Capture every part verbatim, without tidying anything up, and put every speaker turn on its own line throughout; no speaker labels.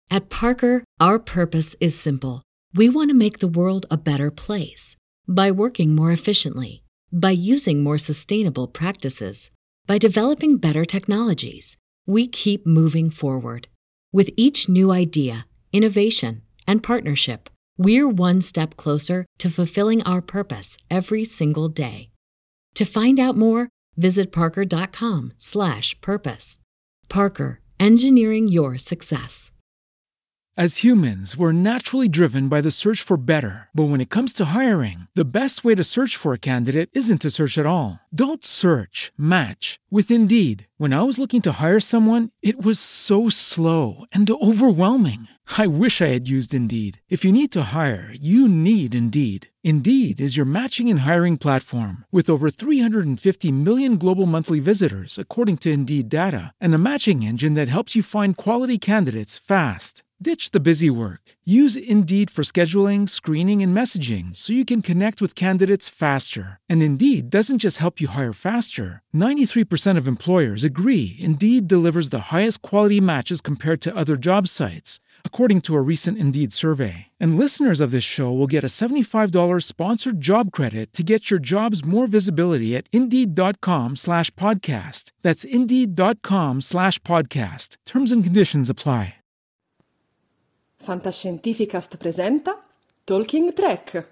At Parker, our purpose is simple. We want to make the world a better place by working more efficiently, by using more sustainable practices, by developing better technologies. We keep moving forward. With each new idea, innovation, and partnership, we're one step closer to fulfilling our purpose every single day. To find out more, visit parker.com slash purpose. Parker, engineering your success.
As humans, we're naturally driven by the search for better. But when it comes to hiring, the best way to search for a candidate isn't to search at all. Don't search, match with Indeed. When I was looking to hire someone, it was so slow and overwhelming. I wish I had used Indeed. If you need to hire, you need Indeed. Indeed is your matching and hiring platform with over three hundred fifty million global monthly visitors, according to Indeed data, and a matching engine that helps you find quality candidates fast. Ditch the busy work. Use Indeed for scheduling, screening, and messaging so you can connect with candidates faster. And Indeed doesn't just help you hire faster. ninety-three percent of employers agree Indeed delivers the highest quality matches compared to other job sites, according to a recent Indeed survey. And listeners of this show will get a seventy-five dollars sponsored job credit to get your jobs more visibility at Indeed.com slash podcast. That's Indeed.com slash podcast. Terms and conditions apply.
Fantascientificast presenta Talking Trek.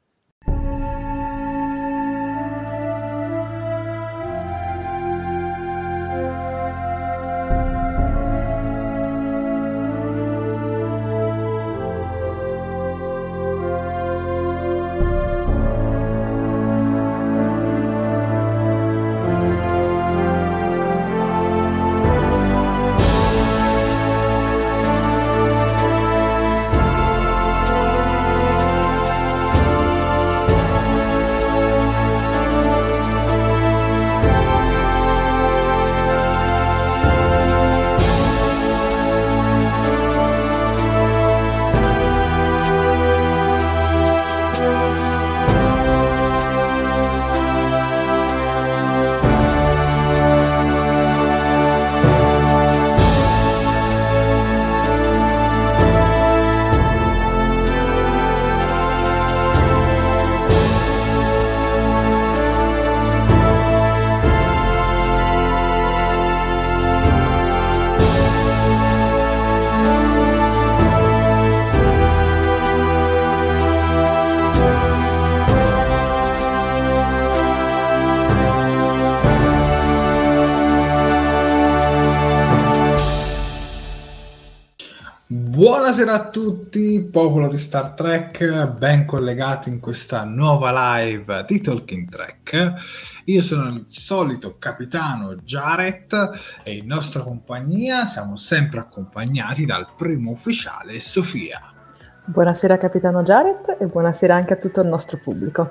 Buonasera a tutti, popolo di Star Trek, ben collegati in questa nuova live di Talking Trek. Io sono il solito capitano Jared e in nostra compagnia siamo sempre accompagnati dal primo ufficiale Sofia.
Buonasera capitano Jared e buonasera anche a tutto il nostro pubblico.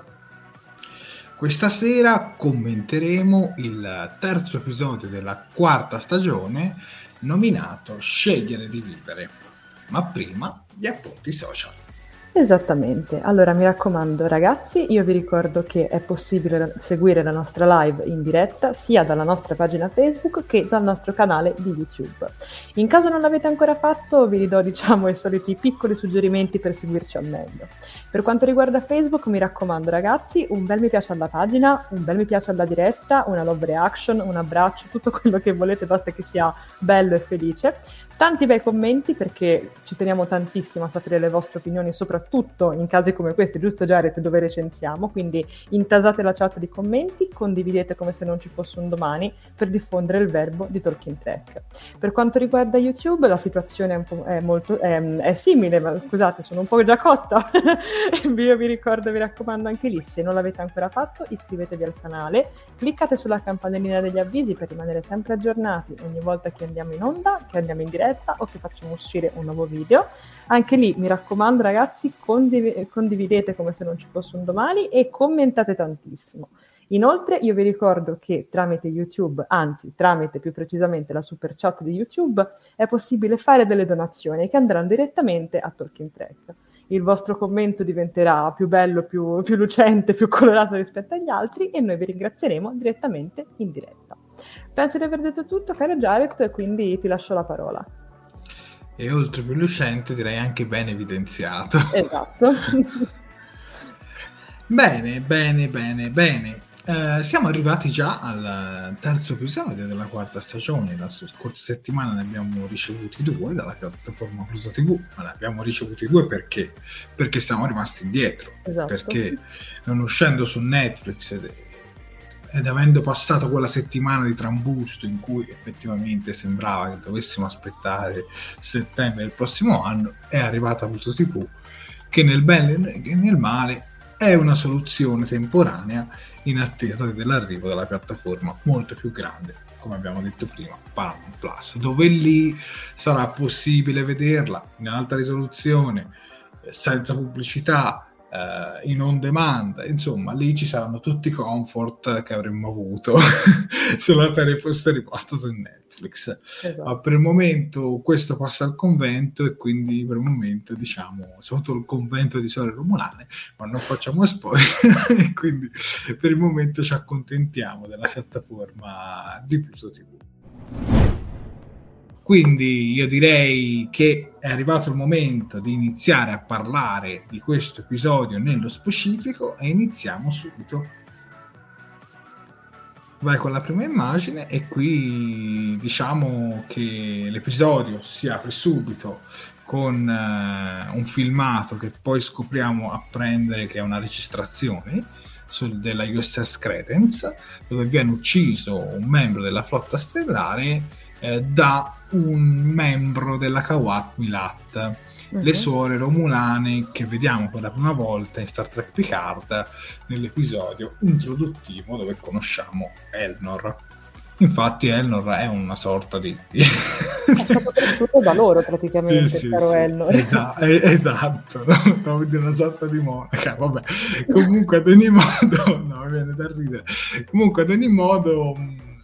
Questa sera commenteremo il terzo episodio della quarta stagione nominato Scegliere di vivere. Ma prima gli appunti social.
Esattamente, allora mi raccomando ragazzi, io vi ricordo che è possibile seguire la nostra live in diretta sia dalla nostra pagina Facebook che dal nostro canale di YouTube. In caso non l'avete ancora fatto vi ridò diciamo i soliti piccoli suggerimenti per seguirci al meglio. Per quanto riguarda Facebook mi raccomando ragazzi, un bel mi piace alla pagina, un bel mi piace alla diretta, una love reaction, un abbraccio, tutto quello che volete, basta che sia bello e felice. Tanti bei commenti perché ci teniamo tantissimo a sapere le vostre opinioni, soprattutto in casi come questi, giusto Jared, dove recensiamo, quindi intasate la chat di commenti, condividete come se non ci fosse un domani per diffondere il verbo di Talking Trek. Per quanto riguarda YouTube la situazione è, un po', è, molto, è, è simile, ma scusate sono un po' già cotta, io vi ricordo, vi raccomando anche lì, se non l'avete ancora fatto iscrivetevi al canale, cliccate sulla campanellina degli avvisi per rimanere sempre aggiornati ogni volta che andiamo in onda, che andiamo in diretta o che facciamo uscire un nuovo video. Anche lì mi raccomando ragazzi, condiv- condividete come se non ci fosse un domani e commentate tantissimo. Inoltre io vi ricordo che tramite YouTube, anzi tramite più precisamente la super chat di YouTube, è possibile fare delle donazioni che andranno direttamente a Talking Trek. Il vostro commento diventerà più bello, più, più lucente, più colorato rispetto agli altri e noi vi ringrazieremo direttamente in diretta. Penso di aver detto tutto, caro Jared, quindi ti lascio la parola.
E oltre più lucente, direi anche ben evidenziato.
Esatto.
Bene, bene, bene, bene. Eh, siamo arrivati già al terzo episodio della quarta stagione. La scorsa settimana ne abbiamo ricevuti due dalla piattaforma Pluto tivù, ma ne abbiamo ricevuti due perché? Perché siamo rimasti indietro.
Esatto.
Perché non uscendo su Netflix ed, ed avendo passato quella settimana di trambusto in cui effettivamente sembrava che dovessimo aspettare settembre del prossimo anno, è arrivata Pluto tivù, che nel bene e nel male è una soluzione temporanea in attesa dell'arrivo della piattaforma molto più grande, come abbiamo detto prima, Paramount Plus, dove lì sarà possibile vederla in alta risoluzione, senza pubblicità, eh, in on demand. Insomma, lì ci saranno tutti i comfort che avremmo avuto se la serie fosse riposta su Netflix.
Esatto.
Ma per il momento questo passa al convento, e quindi per il momento, diciamo, sotto il convento di Sole Romulane, ma non facciamo spoiler, e quindi per il momento ci accontentiamo della piattaforma di Pluto tivù. Quindi io direi che è arrivato il momento di iniziare a parlare di questo episodio nello specifico, e iniziamo subito. Vai con la prima immagine, e qui diciamo che l'episodio si apre subito con uh, un filmato che poi scopriamo apprendere che è una registrazione sul, della U S S Credence, dove viene ucciso un membro della flotta stellare eh, da un membro della Qowat Milat, uh-huh. le suore romulane che vediamo per la prima volta in Star Trek Picard nell'episodio introduttivo dove conosciamo Elnor. Infatti Elnor è una sorta di... è
stato cresciuto da loro praticamente,
sì, sì,
caro
sì.
Elnor.
Esa- esatto, no? Stavo dire una sorta di monaca, vabbè. Comunque ad ogni modo, no, mi viene da ridere. Comunque ad ogni modo,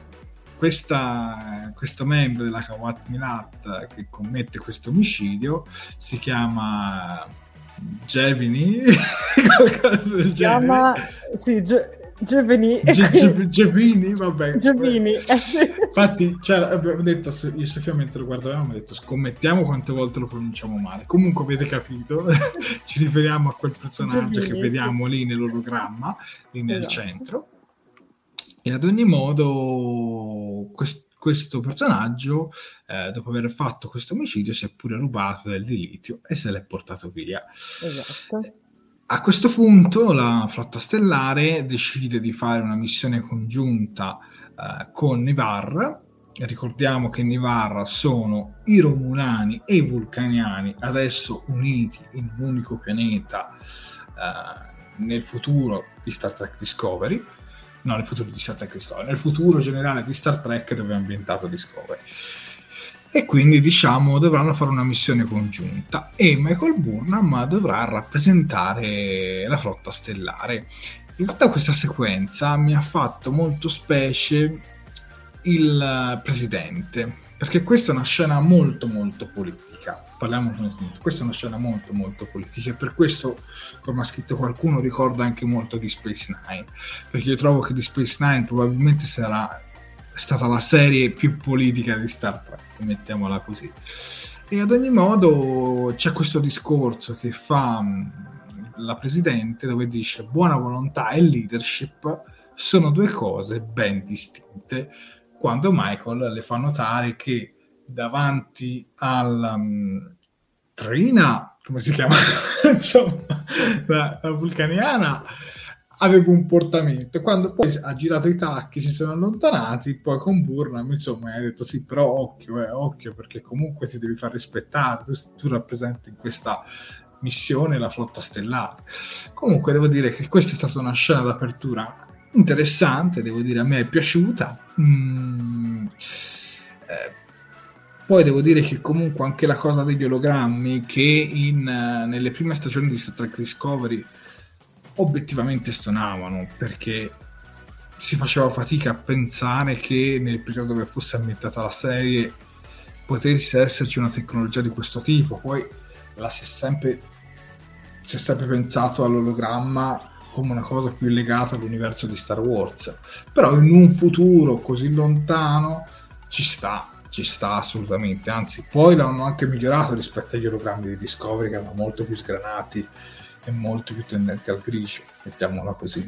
questa, questo membro della Qowat Milat che commette questo omicidio si chiama Jevini, qualcosa del
chiama... sì, Ge- Giovini,
Giovini, vabbè.
Giovini.
Infatti, cioè, abbiamo detto, io e Sofia mentre lo guardavamo, abbiamo detto scommettiamo quante volte lo pronunciamo male. Comunque avete capito, ci riferiamo a quel personaggio Giovini, che vediamo lì nell'ologramma, lì nel esatto. centro. E ad ogni modo, quest- questo personaggio, eh, dopo aver fatto questo omicidio, si è pure rubato del dilitio e se l'è portato via.
Esatto.
A questo punto la flotta stellare decide di fare una missione congiunta eh, con Ni'Var. Ricordiamo che Ni'Var sono i Romulani e i Vulcaniani adesso uniti in un unico pianeta eh, nel futuro di Star Trek Discovery. No, nel futuro di Star Trek Discovery, nel futuro generale di Star Trek dove è ambientato Discovery. E quindi diciamo dovranno fare una missione congiunta e Michael Burnham dovrà rappresentare la flotta stellare. In realtà questa sequenza mi ha fatto molto specie il presidente, perché questa è una scena molto molto politica. Parliamo questa è una scena molto molto politica, e per questo, come ha scritto qualcuno, ricorda anche molto di Space Nine, perché io trovo che di Space Nine probabilmente sarà stata la serie più politica di Star Trek, mettiamola così. E ad ogni modo c'è questo discorso che fa la presidente, dove dice buona volontà e leadership sono due cose ben distinte, quando Michael le fa notare che davanti alla um, Trina, come si chiama? Insomma, la, la vulcaniana, avevo un portamento, e quando poi ha girato i tacchi si sono allontanati, poi con Burnham insomma ha detto sì, però occhio, eh, occhio, perché comunque ti devi far rispettare, tu, tu rappresenti in questa missione la flotta stellare. Comunque devo dire che questa è stata una scena d'apertura interessante, devo dire a me è piaciuta. mm, eh, poi devo dire che comunque anche la cosa degli ologrammi, che in, uh, nelle prime stagioni di Star Trek Discovery obiettivamente stonavano, perché si faceva fatica a pensare che nel periodo dove fosse ambientata la serie potesse esserci una tecnologia di questo tipo. Poi la si è sempre si è sempre pensato all'ologramma come una cosa più legata all'universo di Star Wars, però in un futuro così lontano ci sta ci sta assolutamente, anzi poi l'hanno anche migliorato rispetto agli ologrammi di Discovery, che erano molto più sgranati e molto più tendenti al grigio, mettiamola così.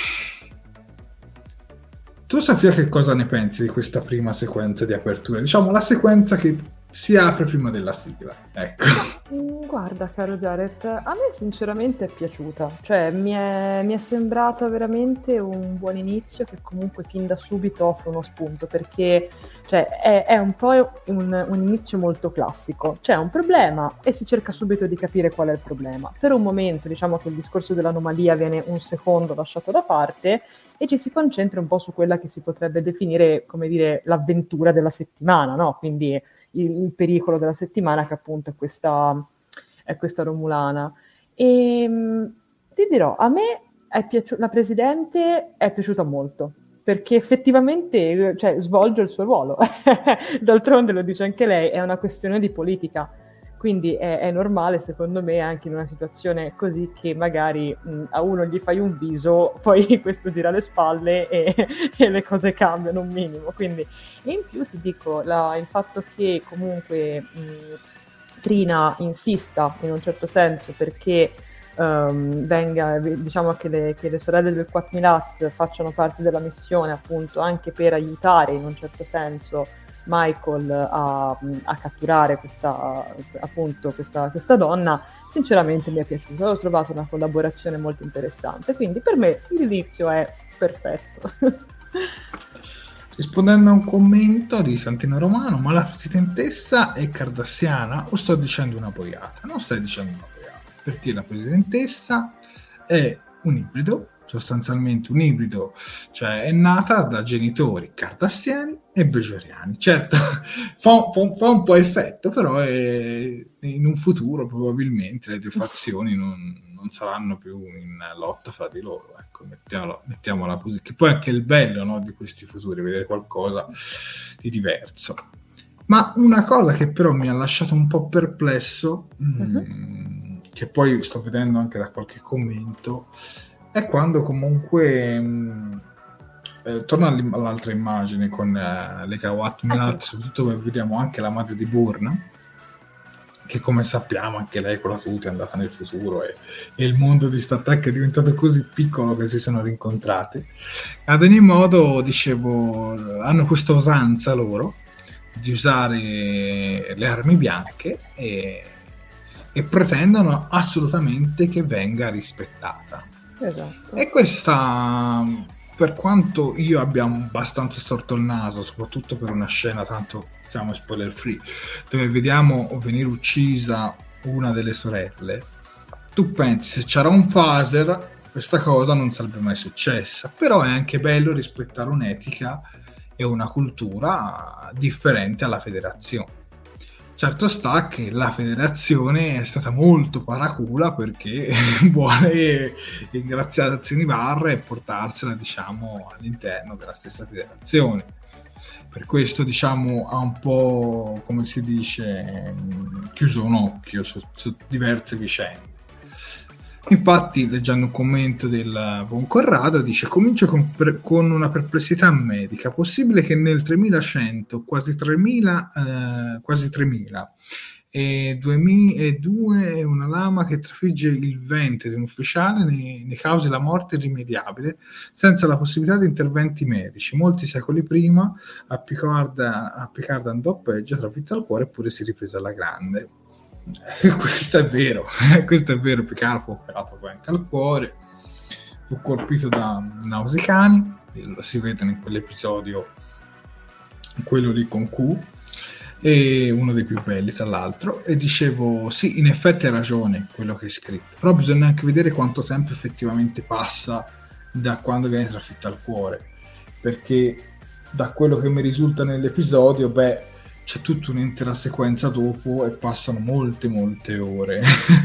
Tu, Sofia, che cosa ne pensi di questa prima sequenza di apertura? Diciamo la sequenza che si apre prima della sigla, ecco.
Guarda, caro Jared, a me sinceramente è piaciuta, cioè mi è, mi è sembrata veramente un buon inizio che comunque fin da subito offre uno spunto, perché cioè, è, è un po' un, un inizio molto classico, c'è un problema e si cerca subito di capire qual è il problema. Per un momento diciamo che il discorso dell'anomalia viene un secondo lasciato da parte e ci si concentra un po' su quella che si potrebbe definire, come dire, l'avventura della settimana, no? Quindi il, il pericolo della settimana, che appunto è questa, è questa Romulana. E mh, ti dirò, a me è piaciuta, la Presidente è piaciuta molto, perché effettivamente cioè, svolge il suo ruolo. D'altronde, lo dice anche lei, è una questione di politica. Quindi è, è normale, secondo me, anche in una situazione così, che magari mh, a uno gli fai un viso, poi questo gira le spalle e, e le cose cambiano un minimo. Quindi, e in più ti dico, la, il fatto che comunque mh, Trina insista in un certo senso perché um, venga, diciamo che le, che le sorelle del Quatmilat facciano parte della missione, appunto, anche per aiutare in un certo senso Michael a, a catturare questa, appunto, questa, questa donna, sinceramente mi è piaciuta, l'ho trovato una collaborazione molto interessante, quindi per me l'inizio è perfetto.
Rispondendo a un commento di Santino Romano, ma la presidentessa è cardassiana o sto dicendo una boiata? Non stai dicendo una boiata, perché la presidentessa è un ibrido, sostanzialmente un ibrido, cioè è nata da genitori cardassiani e bejoriani. Certo, fa, fa, fa un po' effetto, però è, in un futuro probabilmente le due fazioni non, non saranno più in lotta fra di loro, ecco, mettiamola, mettiamola così, che poi è anche il bello, no, di questi futuri, vedere qualcosa di diverso. Ma una cosa che però mi ha lasciato un po' perplesso, uh-huh. mh, che poi sto vedendo anche da qualche commento, è quando comunque mh, eh, torna all'altra immagine con eh, le Quatmilat, soprattutto dove vediamo anche la madre di Bourne, che come sappiamo anche lei con la tuta è andata nel futuro e, e il mondo di Star Trek è diventato così piccolo che si sono rincontrate. Ad ogni modo, dicevo, hanno questa usanza loro di usare le armi bianche e, e pretendono assolutamente che venga rispettata.
Esatto.
E questa, per quanto io abbia abbastanza storto il naso, soprattutto per una scena, tanto siamo spoiler free, dove vediamo venire uccisa una delle sorelle, tu pensi, se c'era un phaser questa cosa non sarebbe mai successa. Però è anche bello rispettare un'etica e una cultura differente alla federazione. Certo sta che la federazione è stata molto paracula perché vuole ringraziarsi di Barra e portarsela, diciamo, all'interno della stessa federazione. Per questo, diciamo, ha un po', come si dice, chiuso un occhio su, su diverse vicende. Infatti, leggendo un commento del buon Corrado, dice: comincio con, per, con una perplessità medica. Possibile che nel tremilacento, quasi tremila, eh, quasi tremila, e duemiladue e una lama che trafigge il ventre di un ufficiale ne, ne causi la morte irrimediabile, senza la possibilità di interventi medici. Molti secoli prima a Picard, a Picard andò peggio, trafitta al cuore, eppure si riprese alla grande. Questo è vero, questo è vero. Picard fu operato poi anche al cuore, fu colpito da nausicani, lo si vede in quell'episodio, quello lì con Q, e uno dei più belli tra l'altro. E dicevo, sì, in effetti ha ragione quello che hai scritto, però bisogna anche vedere quanto tempo effettivamente passa da quando viene trafitta al cuore, perché da quello che mi risulta nell'episodio, beh, c'è tutta un'intera sequenza dopo e passano molte molte ore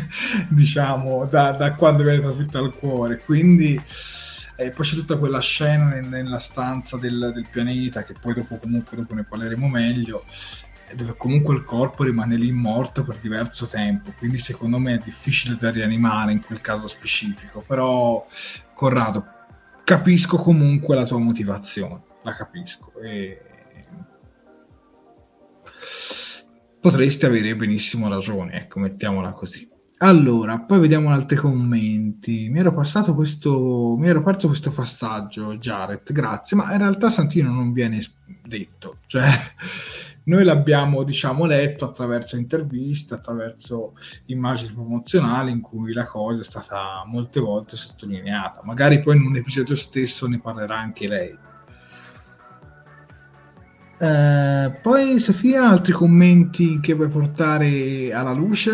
diciamo da, da quando viene trafitta al cuore, quindi eh, poi c'è tutta quella scena nel, nella stanza del, del pianeta, che poi dopo comunque dopo ne parleremo meglio, dove comunque il corpo rimane lì morto per diverso tempo, quindi secondo me è difficile da rianimare in quel caso specifico. Però Corrado, capisco comunque la tua motivazione, la capisco, e Potreste avere benissimo ragione, ecco, mettiamola così. Allora, poi vediamo altri commenti. Mi ero passato questo, mi ero perso questo passaggio, Jared, grazie, ma in realtà Santino non viene detto, cioè noi l'abbiamo, diciamo, letto attraverso interviste, attraverso immagini promozionali in cui la cosa è stata molte volte sottolineata. Magari poi in un episodio stesso ne parlerà anche lei. Eh, poi Sofia, altri commenti che vuoi portare alla luce?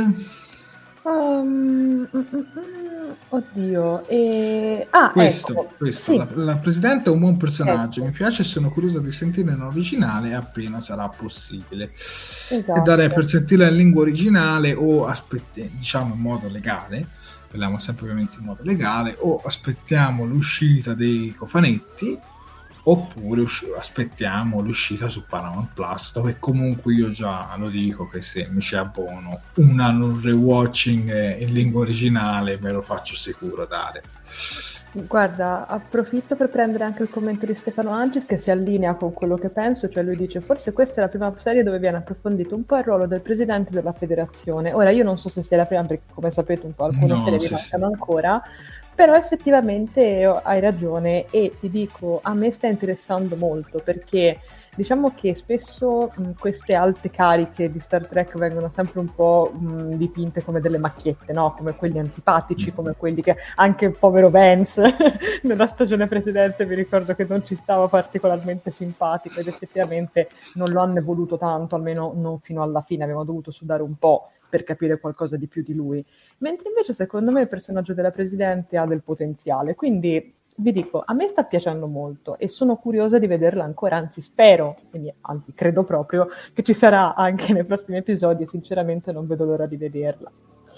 Um, mm, mm, oddio, e... ah,
questo,
ecco,
questo.
sì.
La, la Presidente è un buon personaggio,
Ecco.
mi piace e sono curiosa di sentirla in originale appena sarà possibile.
Esatto.
E darei per sentirla in lingua originale o aspetti, diciamo in modo legale, parliamo sempre ovviamente in modo legale, o aspettiamo l'uscita dei cofanetti oppure usci- aspettiamo l'uscita su Paramount Plus, dove comunque io già lo dico che se mi ci abbono un anno rewatching in lingua originale me lo faccio sicuro dare.
Guarda, approfitto per prendere anche il commento di Stefano Angis che si allinea con quello che penso, cioè lui dice forse questa è la prima serie dove viene approfondito un po' il ruolo del presidente della federazione. Ora io non so se sia la prima perché come sapete un po' alcune
No,
serie vi
sì,
mancano
sì.
ancora, però effettivamente hai ragione e ti dico, a me sta interessando molto perché diciamo che spesso mh, queste alte cariche di Star Trek vengono sempre un po' mh, dipinte come delle macchiette, no? Come quelli antipatici, come quelli che anche il povero Vance nella stagione precedente mi ricordo che non ci stava particolarmente simpatico ed effettivamente non lo hanno voluto tanto, almeno non fino alla fine, abbiamo dovuto sudare un po' per capire qualcosa di più di lui. Mentre invece secondo me il personaggio della Presidente ha del potenziale, quindi vi dico, a me sta piacendo molto e sono curiosa di vederla ancora, anzi spero, quindi, anzi credo proprio che ci sarà anche nei prossimi episodi e sinceramente non vedo l'ora di vederla.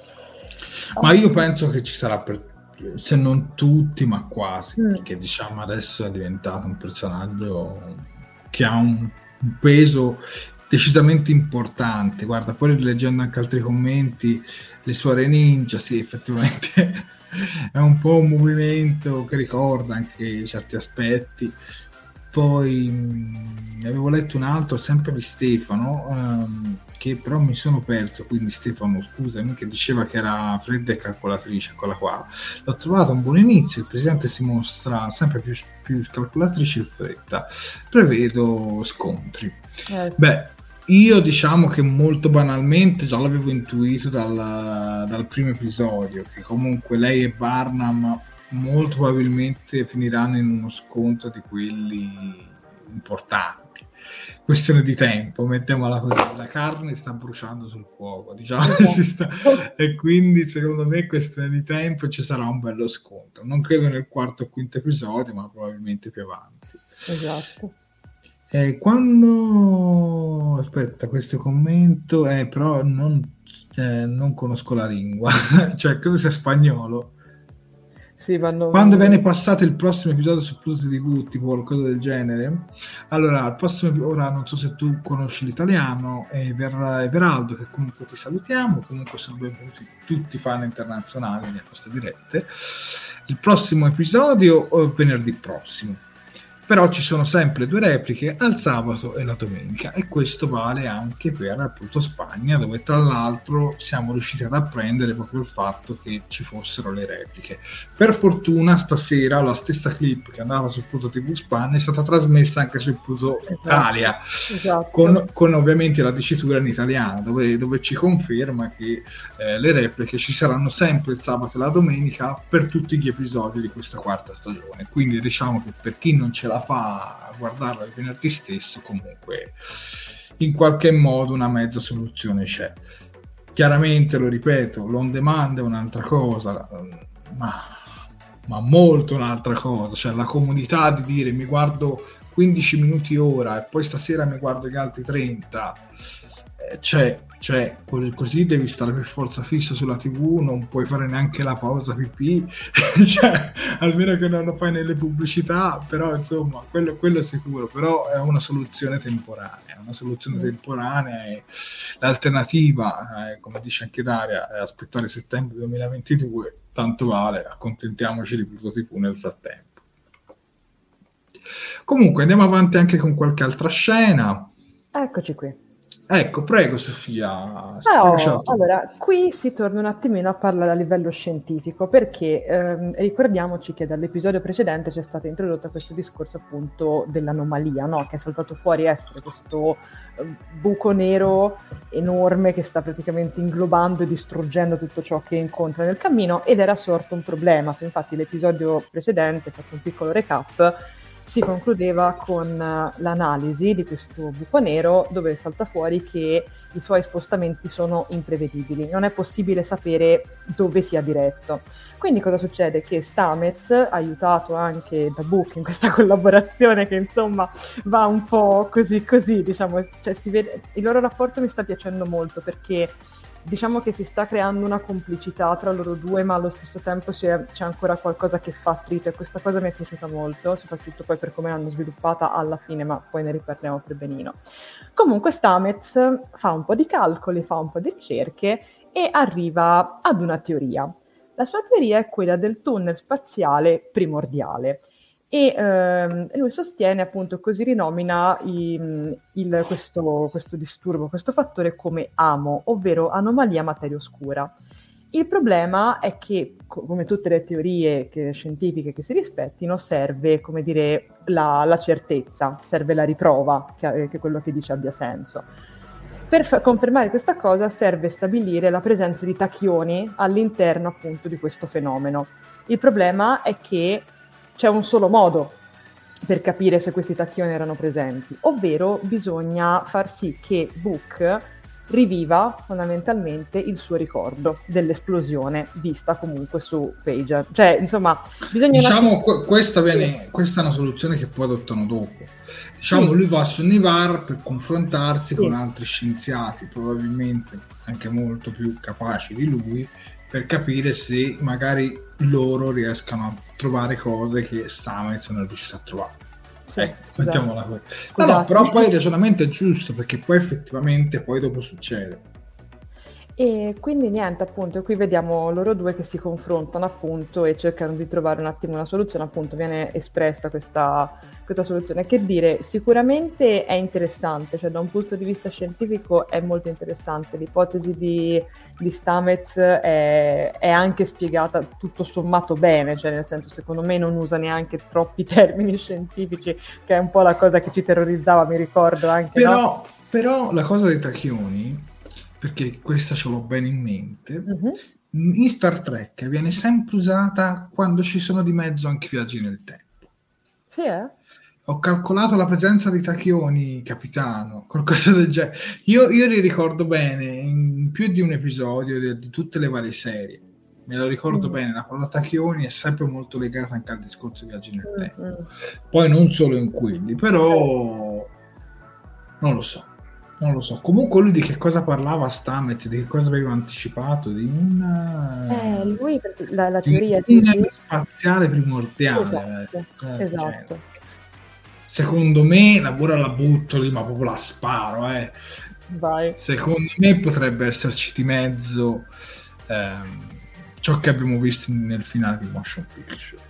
Ma io penso che ci sarà per, se non tutti, ma quasi,
Mm.
perché diciamo adesso è diventato un personaggio che ha un, un peso decisamente importante. Guarda, poi leggendo anche altri commenti, le suore ninja, sì, effettivamente è un po' un movimento che ricorda anche certi aspetti. Poi mh, avevo letto un altro sempre di Stefano ehm, che però mi sono perso, quindi Stefano scusami, che diceva che era fredda e calcolatrice, eccola qua, l'ho trovato un buon inizio, il presidente si mostra sempre più, più calcolatrice e fredda, prevedo scontri.
Eh, sì.
Beh, io diciamo che molto banalmente già l'avevo intuito dal, dal primo episodio, che comunque lei e Barnum molto probabilmente finiranno in uno scontro di quelli importanti. Questione di tempo, mettiamola così, la carne sta bruciando sul fuoco, diciamo, si sta, e quindi secondo me questione di tempo ci sarà un bello scontro. Non credo nel quarto o quinto episodio, ma probabilmente più avanti.
Esatto.
Eh, quando aspetta questo commento eh, però non, eh, non conosco la lingua cioè credo sia spagnolo.
Sì, ma non...
Quando viene passato il prossimo episodio su Pluto tivù, tipo qualcosa del genere, allora il prossimo, ora non so se tu conosci l'italiano, è Ver, Veraldo, che comunque ti salutiamo, comunque sono benvenuti tutti i fan internazionali nelle nostre dirette. Il prossimo episodio è venerdì prossimo, però ci sono sempre due repliche al sabato e la domenica, e questo vale anche per appunto Spagna, dove tra l'altro siamo riusciti ad apprendere proprio il fatto che ci fossero le repliche. Per fortuna stasera la stessa clip che andava su Pluto tivù Spagna è stata trasmessa anche su Pluto
Esatto.
Italia,
Esatto.
con, con ovviamente la dicitura in italiano, dove, dove ci conferma che eh, le repliche ci saranno sempre il sabato e la domenica per tutti gli episodi di questa quarta stagione. Quindi diciamo che per chi non ce la fa a guardarla il venerdì stesso, comunque in qualche modo una mezza soluzione c'è. Chiaramente, lo ripeto, l'on demand è un'altra cosa, ma, ma molto un'altra cosa, cioè la comunità di dire mi guardo quindici minuti ora e poi stasera mi guardo gli altri trenta, eh, c'è, c'è, così devi stare per forza fisso sulla tivù, non puoi fare neanche la pausa pipì, cioè, almeno che non lo fai nelle pubblicità, però insomma, quello, quello è sicuro, però è una soluzione temporanea, una soluzione temporanea e l'alternativa, eh, come dice anche Daria, è aspettare settembre duemilaventidue, tanto vale, accontentiamoci di Pluto tivù nel frattempo. Comunque andiamo avanti anche con qualche altra scena.
Eccoci qui.
Ecco, prego Sofia.
Ah, oh, allora, qui si torna un attimino a parlare a livello scientifico, perché ehm, ricordiamoci che dall'episodio precedente c'è stato introdotto questo discorso appunto dell'anomalia, no? Che è saltato fuori essere questo eh, buco nero enorme che sta praticamente inglobando e distruggendo tutto ciò che incontra nel cammino, ed era sorto un problema. Infatti l'episodio precedente, fatto un piccolo recap, si concludeva con uh, l'analisi di questo buco nero, dove salta fuori che i suoi spostamenti sono imprevedibili, non è possibile sapere dove sia diretto. Quindi cosa succede? Che Stamets, aiutato anche da Book in questa collaborazione che insomma va un po' così così, diciamo, cioè si vede, il loro rapporto mi sta piacendo molto, perché diciamo che si sta creando una complicità tra loro due, ma allo stesso tempo c'è, c'è ancora qualcosa che fa attrito, e questa cosa mi è piaciuta molto, soprattutto poi per come l'hanno sviluppata alla fine, ma poi ne riparliamo per benino. Comunque Stamets fa un po' di calcoli, fa un po' di ricerche e arriva ad una teoria. La sua teoria è quella del tunnel spaziale primordiale. E ehm, lui sostiene, appunto, così rinomina i, il, questo, questo disturbo, questo fattore come A M O, ovvero anomalia materia oscura. Il problema è che, come tutte le teorie che, scientifiche che si rispettino, serve, come dire, la, la certezza, serve la riprova, che, che quello che dice abbia senso. Per fa- confermare questa cosa serve stabilire la presenza di tachioni all'interno, appunto, di questo fenomeno. Il problema è che c'è un solo modo per capire se questi tacchioni erano presenti, ovvero bisogna far sì che Book riviva fondamentalmente il suo ricordo dell'esplosione vista comunque su Pager. Cioè, insomma, bisogna...
Diciamo, una... questa, viene, questa è una soluzione che poi adottano dopo. Diciamo, sì. Lui va su Nivar per confrontarsi sì. con altri scienziati, probabilmente anche molto più capaci di lui, per capire se magari loro riescano a trovare cose che Stamets non è riuscito a trovare. Sì, ecco, esatto. Mettiamola così. No, no, però poi il ragionamento è giusto, perché poi effettivamente poi dopo succede.
E quindi niente, appunto, qui vediamo loro due che si confrontano, appunto, e cercano di trovare un attimo una soluzione. Appunto, viene espressa questa, questa soluzione. Che dire, sicuramente è interessante, cioè da un punto di vista scientifico è molto interessante. L'ipotesi di, di Stamets è, è anche spiegata tutto sommato bene, cioè nel senso, secondo me non usa neanche troppi termini scientifici, che è un po' la cosa che ci terrorizzava, mi ricordo anche.
Però,
no?
però la cosa dei tachioni, perché questa ce l'ho bene in mente, uh-huh. in Star Trek viene sempre usata quando ci sono di mezzo anche viaggi nel tempo.
Sì, eh?
Ho calcolato la presenza di tachioni, capitano, qualcosa del genere. Io, io li ricordo bene in più di un episodio di, di tutte le varie serie. Me lo ricordo mm. bene, la parola tachioni è sempre molto legata anche al discorso di viaggi nel mm-hmm. tempo. Poi non solo in quelli, però non lo so. Non lo so. Comunque lui di che cosa parlava Stamets, di che cosa aveva anticipato? Di un...
Eh, lui, la, la teoria
di un di... spaziale primordiale.
Esatto,
eh,
esatto.
Cioè, secondo me, la ora la butto lì, ma proprio la sparo, eh.
Vai.
Secondo me potrebbe esserci di mezzo ehm, ciò che abbiamo visto nel finale di Motion Picture.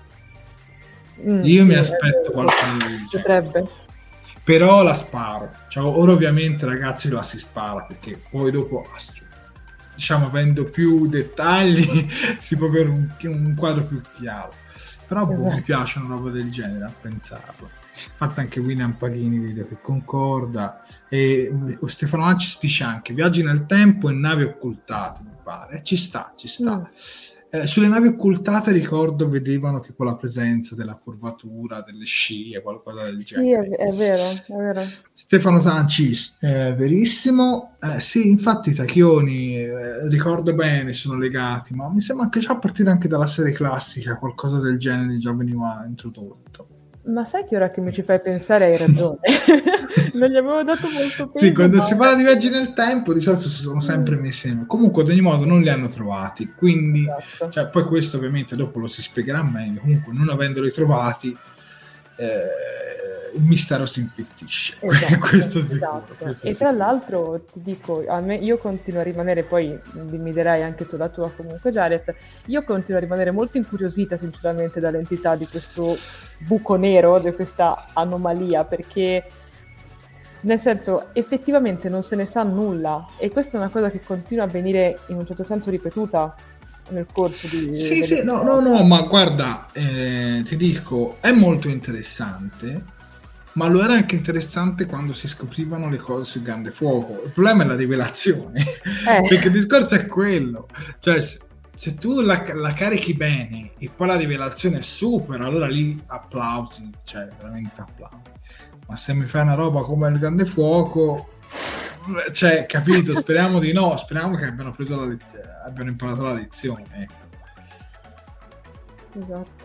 Mm, Io sì, mi aspetto qualcosa del genere.
Potrebbe.
Però la sparo, cioè, ora ovviamente ragazzi la si spara, perché poi dopo, diciamo, avendo più dettagli si può avere un, un quadro più chiaro, però esatto. boh, mi piace una roba del genere a pensarlo. Infatti anche William Paghini vedo che concorda, e Stefano Lancis dice anche viaggi nel tempo e navi occultate, mi pare, ci sta, ci sta. Mm. Eh, sulle navi occultate ricordo vedevano tipo la presenza della curvatura delle scie, qualcosa del
sì,
genere.
Sì, è, è vero, è vero.
Stefano Sancis, eh, verissimo. Eh, sì, infatti i tachioni, eh, ricordo bene, sono legati, ma mi sembra che già a partire anche dalla serie classica qualcosa del genere già veniva introdotto.
Ma sai che ora che mi ci fai pensare hai ragione. Non gli avevo dato molto peso.
Sì, quando
ma...
si parla di viaggi nel tempo di solito si sono sempre messi insieme. Comunque ad ogni modo non li hanno trovati, quindi
esatto.
cioè, poi questo ovviamente dopo lo si spiegherà meglio. Comunque non avendoli trovati eh, il mistero si infittisce. Esatto, questo sicuro,
esatto.
questo
e
sicuro.
Tra l'altro ti dico, a me, io continuo a rimanere, poi mi dirai anche tu la tua comunque Jared, io continuo a rimanere molto incuriosita sinceramente dall'entità di questo buco nero, di questa anomalia, perché nel senso, effettivamente non se ne sa nulla, e questa è una cosa che continua a venire in un certo senso ripetuta nel corso di...
Sì, sì, no, no, no, ma guarda, eh, ti dico, è molto interessante, ma lo era anche interessante quando si scoprivano le cose sul grande fuoco. Il problema è la rivelazione, eh. perché il discorso è quello, cioè se, se tu la, la carichi bene e poi la rivelazione è super, allora lì applausi, cioè veramente applausi. Ma se mi fai una roba come il grande fuoco, cioè, capito, speriamo di no, speriamo che abbiano preso la lezione, abbiano imparato la lezione, ecco.
Esatto.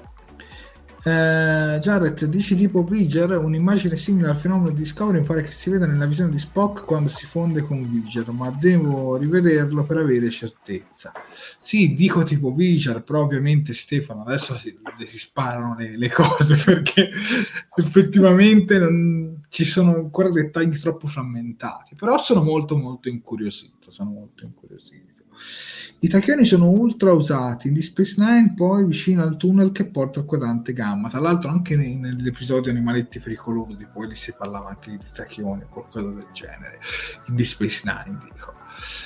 Eh, Jared, dici tipo Viger, un'immagine simile al fenomeno di Discovery mi pare che si veda nella visione di Spock quando si fonde con Viger, ma devo rivederlo per avere certezza. Sì, dico tipo Viger, però ovviamente Stefano adesso si, si sparano le, le cose, perché effettivamente non, ci sono ancora dettagli troppo frammentati, però sono molto molto incuriosito, sono molto incuriosito. I tacchioni sono ultra usati in Deep Space Nine, poi vicino al tunnel che porta al quadrante gamma. Tra l'altro anche nei, nell'episodio Animaletti pericolosi, poi lì si parlava anche di tacchioni o qualcosa del genere, in Deep Space Nine, dico.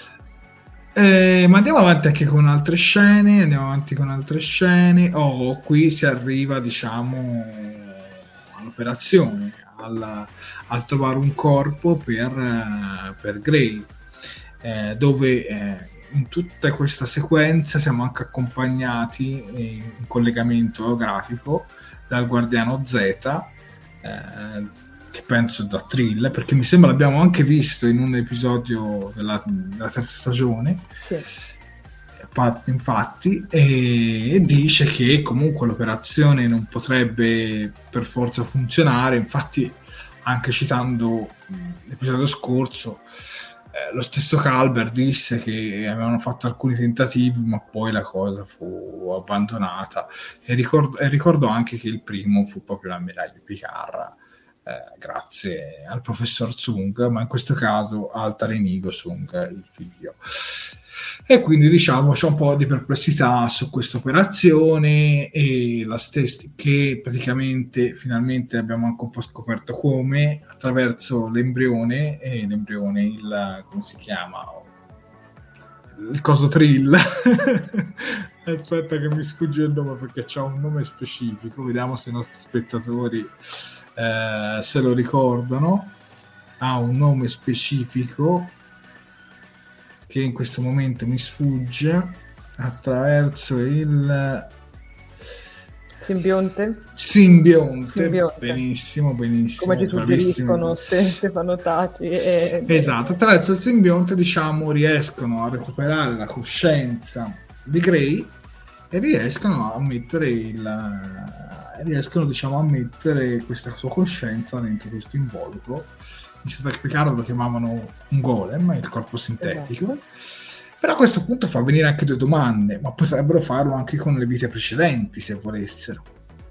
Eh, ma andiamo avanti anche con altre scene, andiamo avanti con altre scene. Oh, qui si arriva, diciamo, all'operazione, al, al trovare un corpo per, per Grey, eh, dove... Eh, in tutta questa sequenza siamo anche accompagnati in collegamento grafico dal Guardiano Z, eh, che penso da Trill, perché mi sembra l'abbiamo anche visto in un episodio della, della terza stagione,
sì.
Infatti, e, e dice che comunque l'operazione non potrebbe per forza funzionare. Infatti, anche citando l'episodio scorso, lo stesso Culber disse che avevano fatto alcuni tentativi, ma poi la cosa fu abbandonata. E ricordo, e ricordo anche che il primo fu proprio l'ammiraglio Picard, eh, grazie al professor Sung, ma in questo caso al Tarenigo Sung, il figlio. E quindi diciamo c'è un po' di perplessità su questa operazione, e la stessa che praticamente finalmente abbiamo anche un po' scoperto come, attraverso l'embrione, e l'embrione, il come si chiama, il coso Trill. Aspetta che mi sfugge il nome perché c'ha un nome specifico, vediamo se i nostri spettatori eh, se lo ricordano. Ha un nome specifico che in questo momento mi sfugge, attraverso il
simbionte
simbionte,
simbionte. benissimo
benissimo
come ci suggeriscono Stefano Tacchi e...
esatto, attraverso il simbionte diciamo riescono a recuperare la coscienza di Grey e riescono a mettere il riescono diciamo a mettere questa sua coscienza dentro questo involucro. In Star Picard lo chiamavano un golem, il corpo sintetico. Esatto. Però a questo punto fa venire anche due domande, ma potrebbero farlo anche con le vite precedenti se volessero.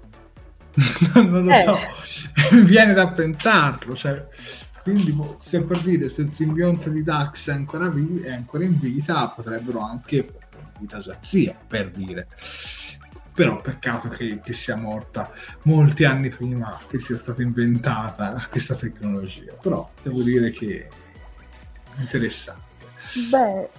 Non lo eh. so, mi viene da pensarlo, cioè, quindi se per dire, se il simbionte di Dax è ancora, vi- è ancora in vita, potrebbero anche vita sua zia, per dire. Però peccato che, che sia morta molti anni prima che sia stata inventata questa tecnologia. Però devo dire che è interessante.
Beh,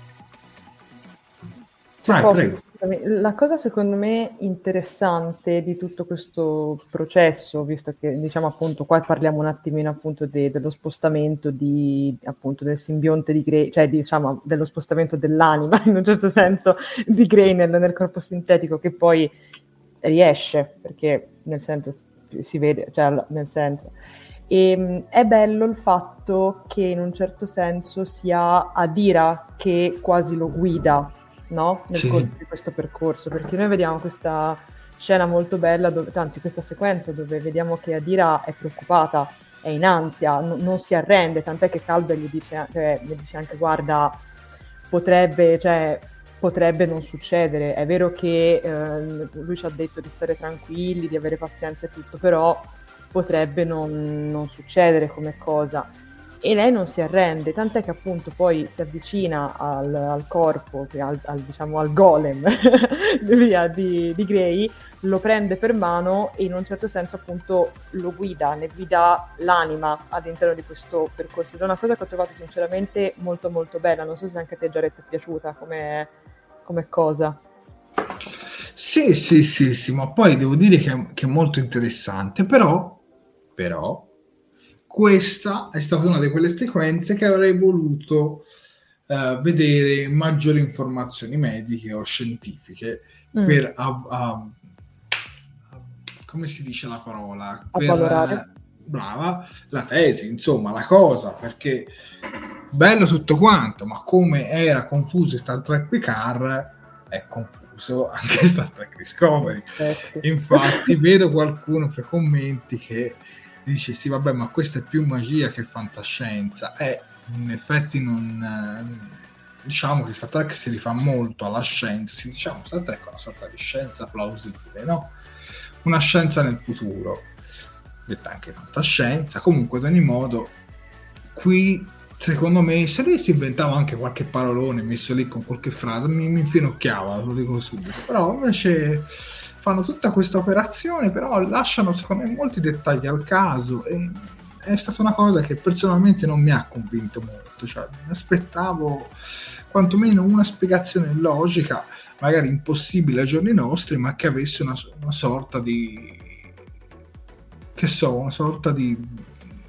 Vai,
può,
prego.
La cosa secondo me interessante di tutto questo processo, visto che diciamo appunto qua parliamo un attimino appunto de, dello spostamento di appunto del simbionte di Grey, cioè diciamo dello spostamento dell'anima in un certo senso di Grey nel, nel corpo sintetico, che poi riesce, perché nel senso si vede, cioè nel senso e, è bello il fatto che in un certo senso sia Adira che quasi lo guida, no? Nel sì. corso di questo percorso, perché noi vediamo questa scena molto bella, dove, anzi questa sequenza dove vediamo che Adira è preoccupata, è in ansia, n- non si arrende, tant'è che Culber gli dice, cioè, gli dice anche guarda, potrebbe, cioè, potrebbe non succedere, è vero che eh, lui ci ha detto di stare tranquilli, di avere pazienza e tutto, però potrebbe non, non succedere come cosa. e lei non si arrende, tant'è che appunto poi si avvicina al, al corpo, che al, al, diciamo al golem via, di, di Grey, lo prende per mano e in un certo senso appunto lo guida, ne guida l'anima all'interno di questo percorso. Ed è una cosa che ho trovato sinceramente molto molto bella, non so se anche a te Jared è piaciuta come, come cosa.
Sì, sì, sì, sì, ma poi devo dire che è, che è molto interessante, però, però, questa è stata una di quelle sequenze che avrei voluto uh, vedere maggiori informazioni mediche o scientifiche mm. per, uh, uh, come si dice la parola?
Avvalorare.
Per, uh, brava, la tesi, insomma, la cosa, perché bello tutto quanto, ma come era confuso Star Trek Picard, è confuso anche Star Trek Discovery. Certo. Infatti vedo qualcuno fra i commenti che dice sì vabbè, ma questa è più magia che fantascienza, e in effetti non, diciamo che Star Trek si rifà molto alla scienza, si diciamo Star Trek è una sorta di scienza plausibile, no? Una scienza nel futuro, detta anche fantascienza. Comunque ad ogni modo qui secondo me se lui si inventava anche qualche parolone messo lì con qualche frase mi, mi infinocchiava, lo dico subito, però invece fanno tutta questa operazione, però lasciano secondo me molti dettagli al caso, e è stata una cosa che personalmente non mi ha convinto molto, cioè mi aspettavo quantomeno una spiegazione logica, magari impossibile ai giorni nostri, ma che avesse una, una sorta di che so, una sorta di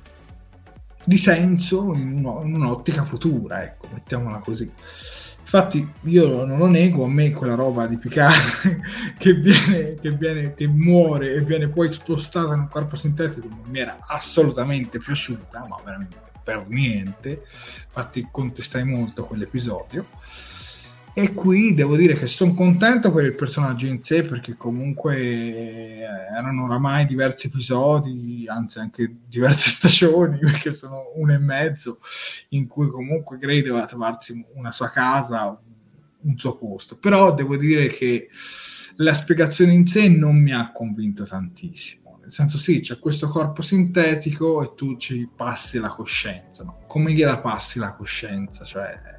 di senso in, uno, in un'ottica futura, ecco, mettiamola così. Infatti io non lo nego, a me quella roba di Picard che viene, che viene, che muore e viene poi spostata in un corpo sintetico non mi era assolutamente piaciuta, ma veramente per niente. Infatti contestai molto quell'episodio. E qui devo dire che sono contento per il personaggio in sé, perché comunque erano oramai diversi episodi, anzi anche diverse stagioni, perché sono uno e mezzo, in cui comunque Grey doveva trovarsi una sua casa, un suo posto. Però devo dire che la spiegazione in sé non mi ha convinto tantissimo. Nel senso, sì, c'è questo corpo sintetico e tu ci passi la coscienza, ma come gliela passi la coscienza? Cioè...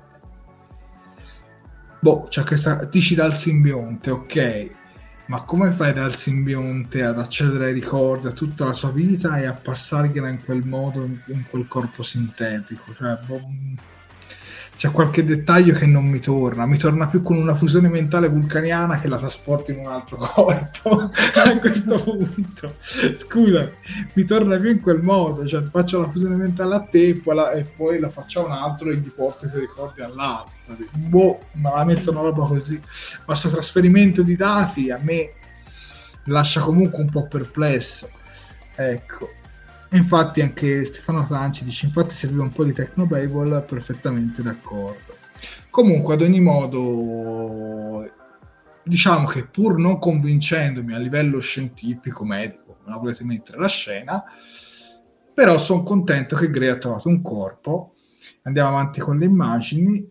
boh, c'è questa, dici dal simbionte, ok, ma come fai dal simbionte ad accedere ai ricordi, a tutta la sua vita e a passargliela in quel modo, in, in quel corpo sintetico? Cioè, boh, c'è qualche dettaglio che non mi torna, mi torna più con una fusione mentale vulcaniana che la trasporti in un altro corpo a questo punto. Scusa, mi torna più in quel modo, cioè faccio la fusione mentale a te e poi la, e poi la faccio a un altro e gli porto i suoi ricordi all'altro. Boh, ma la metto una roba così. Ma questo trasferimento di dati a me lascia comunque un po' perplesso, ecco. Infatti anche Stefano Tanci dice infatti serviva un po' di Technobabble, perfettamente d'accordo. Comunque ad ogni modo diciamo che pur non convincendomi a livello scientifico, medico, me la volete mettere la scena, però sono contento che Grey ha trovato un corpo. Andiamo avanti con le immagini.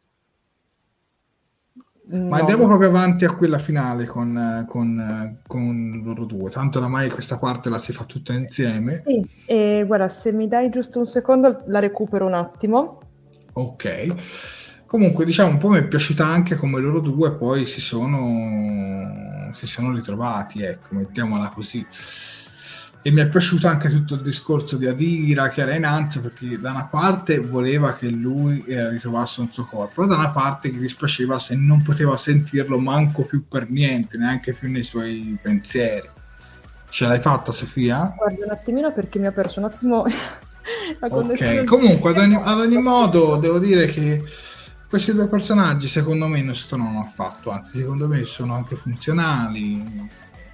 No. Ma andiamo proprio avanti a quella finale con, con, con loro due, tanto oramai questa parte la si fa tutta insieme.
Sì, e guarda, se mi dai giusto un secondo la recupero un attimo.
Ok, comunque diciamo un po' mi è piaciuta anche come loro due poi si sono, si sono ritrovati, ecco, mettiamola così. E mi è piaciuto anche tutto il discorso di Adira che era in ansia, perché da una parte voleva che lui eh, ritrovasse un suo corpo, da una parte gli dispiaceva se non poteva sentirlo manco più per niente, neanche più nei suoi pensieri. Ce l'hai fatta, Sofia?
Guarda un attimino perché mi ha perso un attimo la
connessione. Ok, comunque ad ogni, ad ogni modo devo dire che questi due personaggi secondo me non sono affatto, anzi secondo me sono anche funzionali.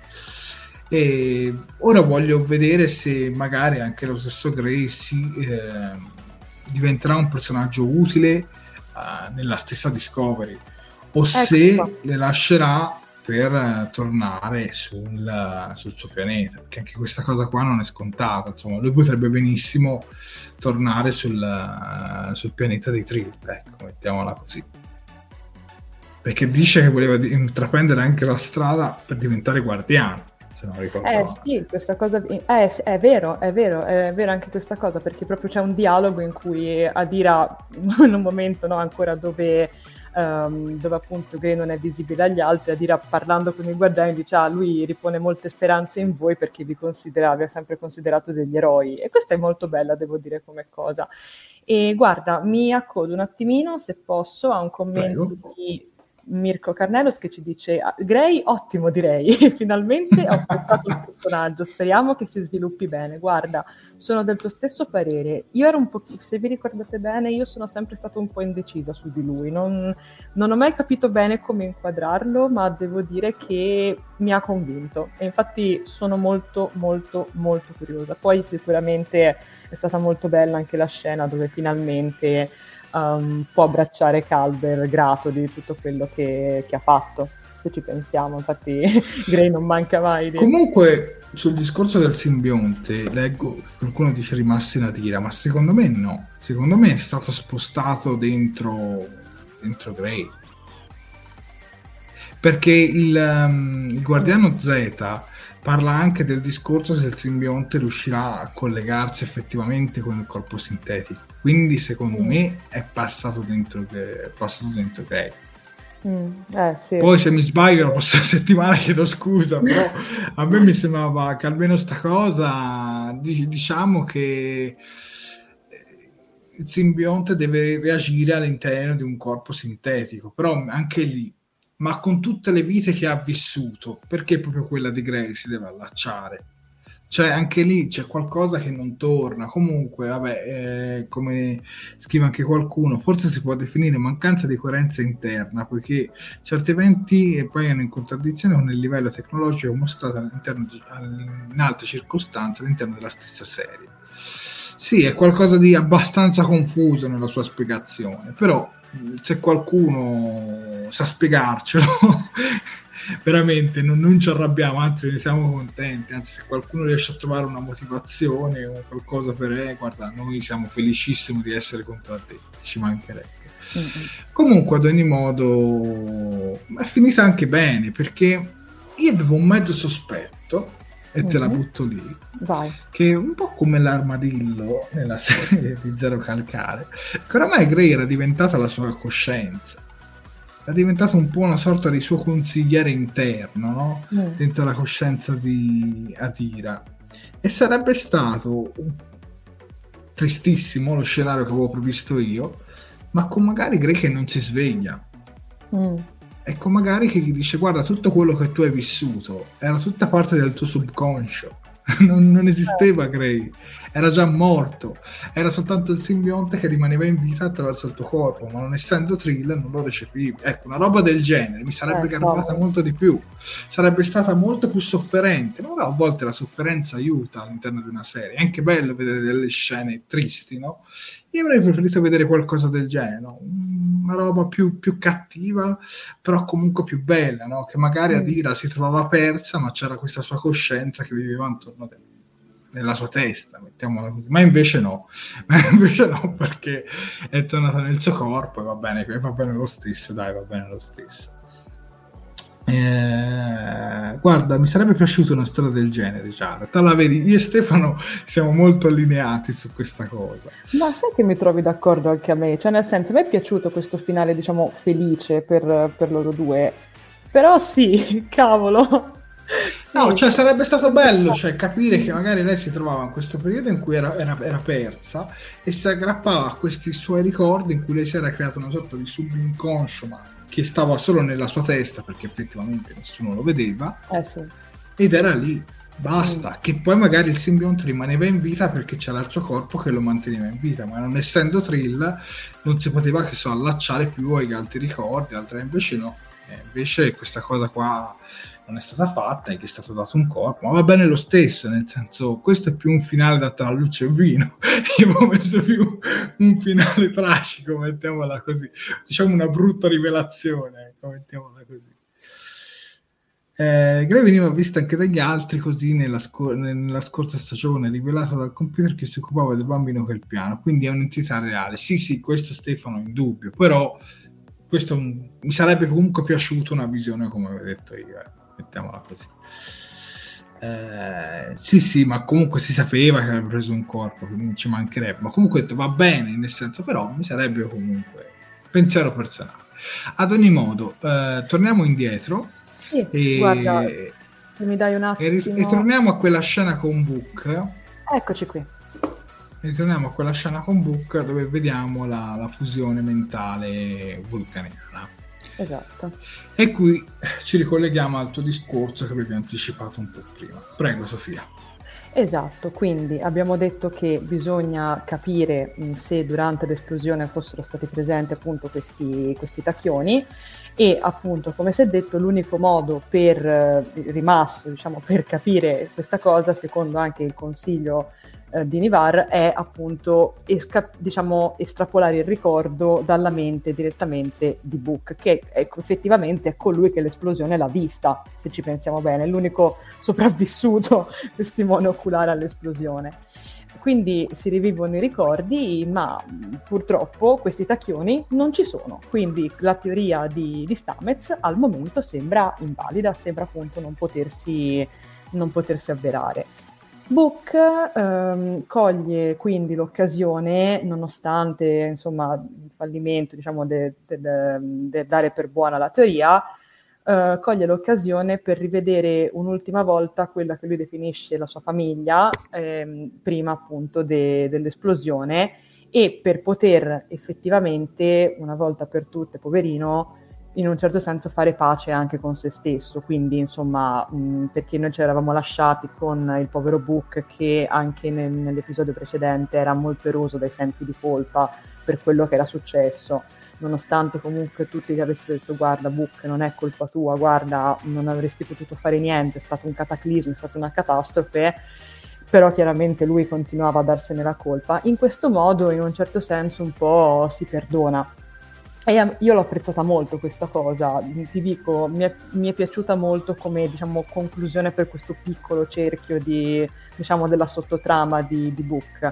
E ora voglio vedere se magari anche lo stesso Grey si, eh, diventerà un personaggio utile uh, nella stessa Discovery o ecco se qua. Le lascerà per uh, tornare sul, uh, sul suo pianeta, perché anche questa cosa qua non è scontata, insomma lui potrebbe benissimo tornare sul, uh, sul pianeta dei Trip, ecco, mettiamola così, perché dice che voleva intraprendere anche la strada per diventare guardiano. se non ricordo
Eh
male.
sì, questa cosa, eh, sì, è vero, è vero, è vero anche questa cosa, perché proprio c'è un dialogo in cui Adira, in un momento, no, ancora dove, um, dove appunto Grey non è visibile agli altri, Adira parlando con i guardiani dice ah, lui ripone molte speranze in voi perché vi considera, vi ha sempre considerato degli eroi, e questa è molto bella, devo dire, come cosa. E guarda, mi accodo un attimino, se posso, a un commento
Prego.
di Mirko Carnelos che ci dice ah, Grey ottimo, direi, finalmente ho apprezzato il personaggio, speriamo che si sviluppi bene. Guarda, sono del tuo stesso parere, io ero un po', se vi ricordate bene, io sono sempre stata un po' indecisa su di lui, non, non ho mai capito bene come inquadrarlo, ma devo dire che mi ha convinto e infatti sono molto molto molto curiosa. Poi sicuramente è stata molto bella anche la scena dove finalmente Um, può abbracciare Calder grato di tutto quello che, che ha fatto, se ci pensiamo. Infatti Grey non manca mai di...
Comunque sul discorso del simbionte leggo che qualcuno dice rimasto in Adira, ma secondo me no, secondo me è stato spostato dentro dentro Grey, perché il, um, il Guardiano Z parla anche del discorso se il simbionte riuscirà a collegarsi effettivamente con il corpo sintetico. Quindi secondo mm. me è passato dentro, è passato dentro Grey.
Mm. Eh, sì.
Poi se mi sbaglio la prossima settimana chiedo scusa, però a me mi sembrava che almeno sta cosa, diciamo che il simbionte deve reagire all'interno di un corpo sintetico, però anche lì, ma con tutte le vite che ha vissuto, perché proprio quella di Grey si deve allacciare? Cioè anche lì c'è qualcosa che non torna. Comunque vabbè, eh, come scrive anche qualcuno, forse si può definire mancanza di coerenza interna, poiché certi eventi paiano in contraddizione con il livello tecnologico mostrato all'interno di, in altre circostanze all'interno della stessa serie. Sì, è qualcosa di abbastanza confuso nella sua spiegazione, però se qualcuno sa spiegarcelo veramente non, non ci arrabbiamo, anzi ne siamo contenti, anzi se qualcuno riesce a trovare una motivazione o qualcosa per eh, guarda, noi siamo felicissimi di essere contraddetti, ci mancherebbe. Mm-hmm. Comunque ad ogni modo è finita anche bene, perché io avevo un mezzo sospetto e mm-hmm. te la butto lì.
Vai.
Che un po' come l'armadillo nella serie di Zero Calcare, che oramai Grey era diventata la sua coscienza, era diventato un po' una sorta di suo consigliere interno, no? Mm. Dentro la coscienza di Adira, e sarebbe stato tristissimo lo scenario che avevo previsto io, ma con magari Grey che non si sveglia. Mm. Ecco, magari che gli dice guarda, tutto quello che tu hai vissuto era tutta parte del tuo subconscio. Non, non esisteva Grey, era già morto, era soltanto il simbionte che rimaneva in vita attraverso il tuo corpo, ma non essendo Trill non lo recepivi. Ecco, una roba del genere mi sarebbe eh, garbata no. molto di più, sarebbe stata molto più sofferente, ma a volte la sofferenza aiuta all'interno di una serie, è anche bello vedere delle scene tristi, no? Io avrei preferito vedere qualcosa del genere, no? Una roba più, più cattiva, però comunque più bella, no? Che magari mm. Adira si trovava persa, ma c'era questa sua coscienza che viveva intorno a te, nella sua testa, mettiamola così. Ma invece no, ma invece no, perché è tornata nel suo corpo e va bene, va bene lo stesso, dai, va bene lo stesso. Eh, guarda, mi sarebbe piaciuta una storia del genere, Jared. La vedi, io e Stefano siamo molto allineati su questa cosa.
Ma sai che mi trovi d'accordo anche a me? Cioè, nel senso, a me è piaciuto questo finale, diciamo, felice per, per loro due. Però sì, cavolo. Sì.
No, cioè sarebbe stato bello, cioè, capire che magari lei si trovava in questo periodo in cui era, era, era persa e si aggrappava a questi suoi ricordi in cui lei si era creato una sorta di subinconscio, ma che stava solo nella sua testa perché effettivamente nessuno lo vedeva,
eh sì.
ed era lì, basta, mm. che poi magari il simbionte rimaneva in vita perché c'era il suo corpo che lo manteneva in vita, ma non essendo Trill non si poteva che so allacciare più agli altri ricordi, altre invece no, eh, invece questa cosa qua non è stata fatta e che è stato dato un corpo, ma va bene lo stesso, nel senso, questo è più un finale da tra luce e vino, io ho messo più un finale tragico, mettiamola così, diciamo una brutta rivelazione, ecco, mettiamola così. Eh, Grey veniva vista anche dagli altri così nella, scor- nella scorsa stagione, rivelata dal computer che si occupava del bambino col piano, quindi è un'entità reale. Sì, sì, questo Stefano in dubbio, però questo mi sarebbe comunque piaciuto una visione come avevo detto io, eh. Mettiamola così. Eh, sì, sì, ma comunque si sapeva che aveva preso un corpo, quindi ci mancherebbe. Ma comunque ho detto, va bene, nel senso, però mi sarebbe comunque pensiero personale. Ad ogni modo, eh, torniamo indietro.
Sì,
e,
guarda, se mi dai un
e, ri-
attimo...
e torniamo a quella scena con Book.
Eccoci qui.
Ritorniamo a quella scena con Book dove vediamo la, la fusione mentale vulcaniana.
Esatto.
E qui ci ricolleghiamo al tuo discorso che avevi anticipato un po' prima. Prego, Sofia.
Esatto, quindi abbiamo detto che bisogna capire mh, se durante l'esplosione fossero stati presenti appunto questi, questi tacchioni, e appunto, come si è detto, l'unico modo per eh, rimasto, diciamo, per capire questa cosa, secondo anche il consiglio eh, di Nivar, è appunto esca- diciamo, estrapolare il ricordo dalla mente direttamente di Book, che è, effettivamente è colui che l'esplosione l'ha vista, se ci pensiamo bene, è l'unico sopravvissuto testimone oculare all'esplosione. Quindi si rivivono i ricordi, ma purtroppo questi tacchioni non ci sono. Quindi la teoria di, di Stamets al momento sembra invalida, sembra appunto non potersi, non potersi avverare. Book ehm, coglie quindi l'occasione, nonostante insomma il fallimento, diciamo, del de, de, de dare per buona la teoria, Uh, coglie l'occasione per rivedere un'ultima volta quella che lui definisce la sua famiglia, ehm, prima appunto de- dell'esplosione, e per poter effettivamente, una volta per tutte, poverino, in un certo senso fare pace anche con se stesso. Quindi insomma, mh, perché noi ci eravamo lasciati con il povero Book che anche nel- nell'episodio precedente era molto eroso dai sensi di colpa per quello che era successo, nonostante comunque tutti gli avessero detto guarda Book, non è colpa tua, guarda, non avresti potuto fare niente, è stato un cataclisma, è stata una catastrofe, però chiaramente lui continuava a darsene la colpa. In questo modo, in un certo senso, un po' si perdona. E io l'ho apprezzata molto questa cosa, ti dico, mi è, mi è piaciuta molto come, diciamo, conclusione per questo piccolo cerchio di, diciamo, della sottotrama di, di Book.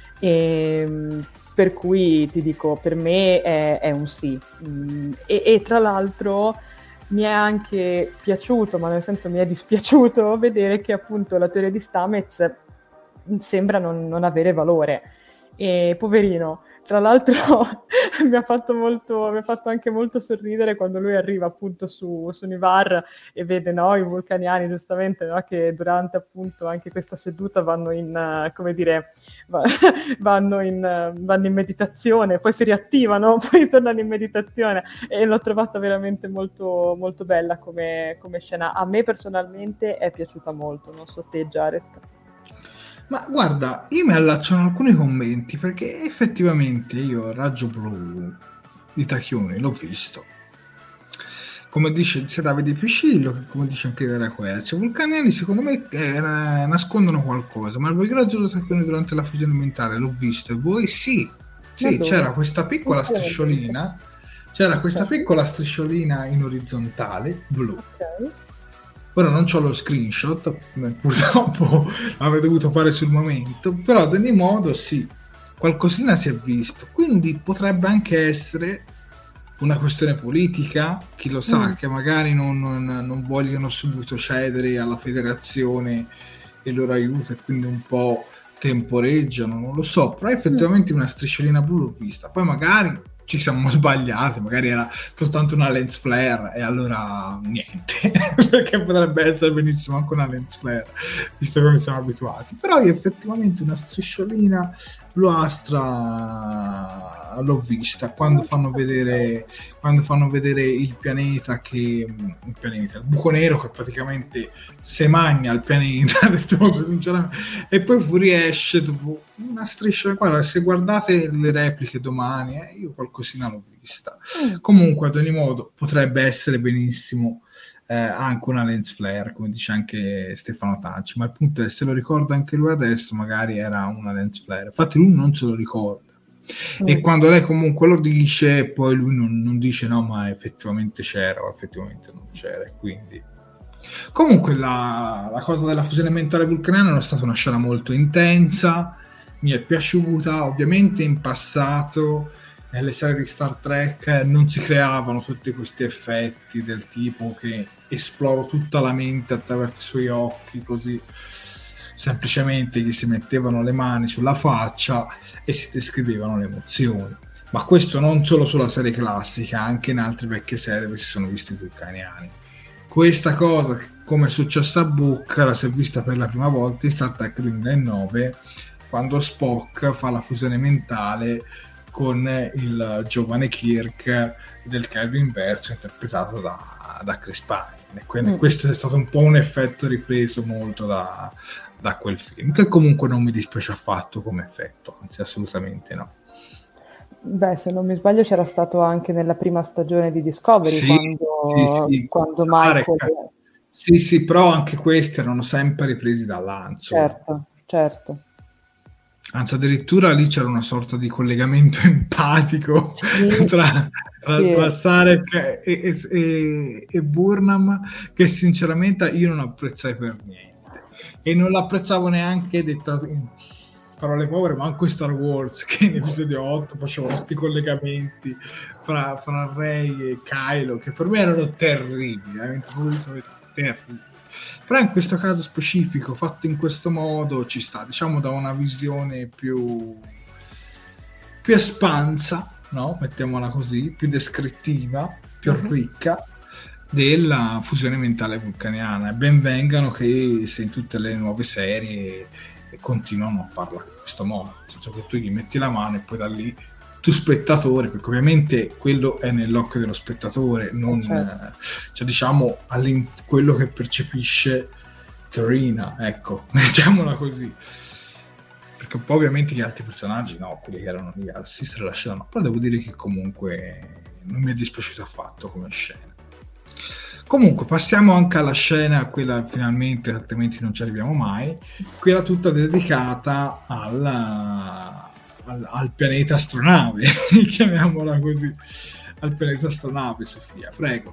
E per cui ti dico, per me è, è un sì. Mm, e, e tra l'altro mi è anche piaciuto, ma nel senso mi è dispiaciuto vedere che appunto la teoria di Stamets sembra non, non avere valore. E poverino, tra l'altro mi ha fatto molto, mi ha fatto anche molto sorridere quando lui arriva appunto su, su Nivar e vede, no, i vulcaniani giustamente, no, che durante appunto anche questa seduta vanno in, uh, come dire, va, vanno, in, uh, vanno in meditazione, poi si riattivano, poi tornano in meditazione, e l'ho trovata veramente molto, molto bella come, come scena. A me personalmente è piaciuta molto, non so te, Jared.
Ma guarda, io mi allaccio a alcuni commenti perché effettivamente io Raggio Blu di Tacchioni l'ho visto. Come dice c'è Davide Piscillo, come dice anche Vera Quercia, i vulcaniani secondo me eh, nascondono qualcosa, ma il raggio di Tacchioni durante la fusione mentale l'ho visto, e voi sì, sì, c'era questa piccola strisciolina, c'era questa piccola strisciolina in orizzontale, blu.
Ok.
Ora non c'ho lo screenshot, purtroppo l'avrei dovuto fare sul momento, però ad ogni modo sì, qualcosina si è visto, quindi potrebbe anche essere una questione politica, chi lo sa, mm. che magari non, non, non vogliono subito cedere alla federazione il loro aiuto e quindi un po' temporeggiano, non lo so, però effettivamente mm. una strisciolina blu l'ho vista, poi magari ci siamo sbagliati, magari era soltanto una lens flare e allora niente, perché potrebbe essere benissimo anche una lens flare, visto come siamo abituati, però io effettivamente una strisciolina bluastra l'ho vista quando fanno vedere quando fanno vedere il pianeta che il pianeta, il buco nero che praticamente se magna il pianeta e poi fuoriesce dopo una striscia. Guarda, se guardate le repliche domani eh, io qualcosina l'ho vista. Mm. Comunque ad ogni modo potrebbe essere benissimo eh, anche una lens flare, come dice anche Stefano Tacci, ma il punto è, se lo ricorda anche lui adesso, magari era una lens flare, infatti lui non se lo ricorda. Mm. E quando lei comunque lo dice, poi lui non, non dice no, ma effettivamente c'era o effettivamente non c'era, quindi comunque la, la cosa della fusione mentale vulcaniana è stata una scena molto intensa, mi è piaciuta. Ovviamente in passato nelle serie di Star Trek non si creavano tutti questi effetti del tipo che esploro tutta la mente attraverso i suoi occhi, così semplicemente gli si mettevano le mani sulla faccia e si descrivevano le emozioni. Ma questo non solo sulla serie classica, anche in altre vecchie serie dove si sono visti i vulcaniani. Questa cosa, come è successo a Book, la si è vista per la prima volta in Star Trek duemilanove, quando Spock fa la fusione mentale con il giovane Kirk del Kelvin verso, interpretato da, da Chris Pine. E quindi mm. questo è stato un po' un effetto ripreso molto da, da quel film, che comunque non mi dispiace affatto come effetto, anzi assolutamente no.
Beh, se non mi sbaglio c'era stato anche nella prima stagione di Discovery,
sì,
quando,
sì, sì.
quando Michael...
Sì, sì, però anche questi erano sempre ripresi da Lanzo.
Certo, certo.
Anzi, addirittura lì c'era una sorta di collegamento empatico sì, tra, tra, sì. tra Sarek e, e, e, e Burnham, che sinceramente io non apprezzai per niente. E non l'apprezzavo neanche, detta in parole povere, manco in Star Wars, che in episodio otto facevano questi collegamenti fra, fra Rey e Kylo, che per me erano terribili, veramente terribili. Però in questo caso specifico, fatto in questo modo, ci sta, diciamo, da una visione più più espansa, no? Mettiamola così, più descrittiva, più uh-huh. ricca della fusione mentale vulcaniana. E ben vengano che se in tutte le nuove serie continuano a farla in questo modo, nel senso che tu gli metti la mano e poi da lì tu spettatore, perché ovviamente quello è nell'occhio dello spettatore, non certo. cioè diciamo quello che percepisce Trina, ecco, mettiamola così, perché poi ovviamente gli altri personaggi no, quelli che erano lì a assistere la scena no, però devo dire che comunque non mi è dispiaciuto affatto come scena. Comunque passiamo anche alla scena, quella finalmente, altrimenti non ci arriviamo mai, quella tutta dedicata alla Al, al pianeta astronave, chiamiamola così, al pianeta astronave. Sofia, prego.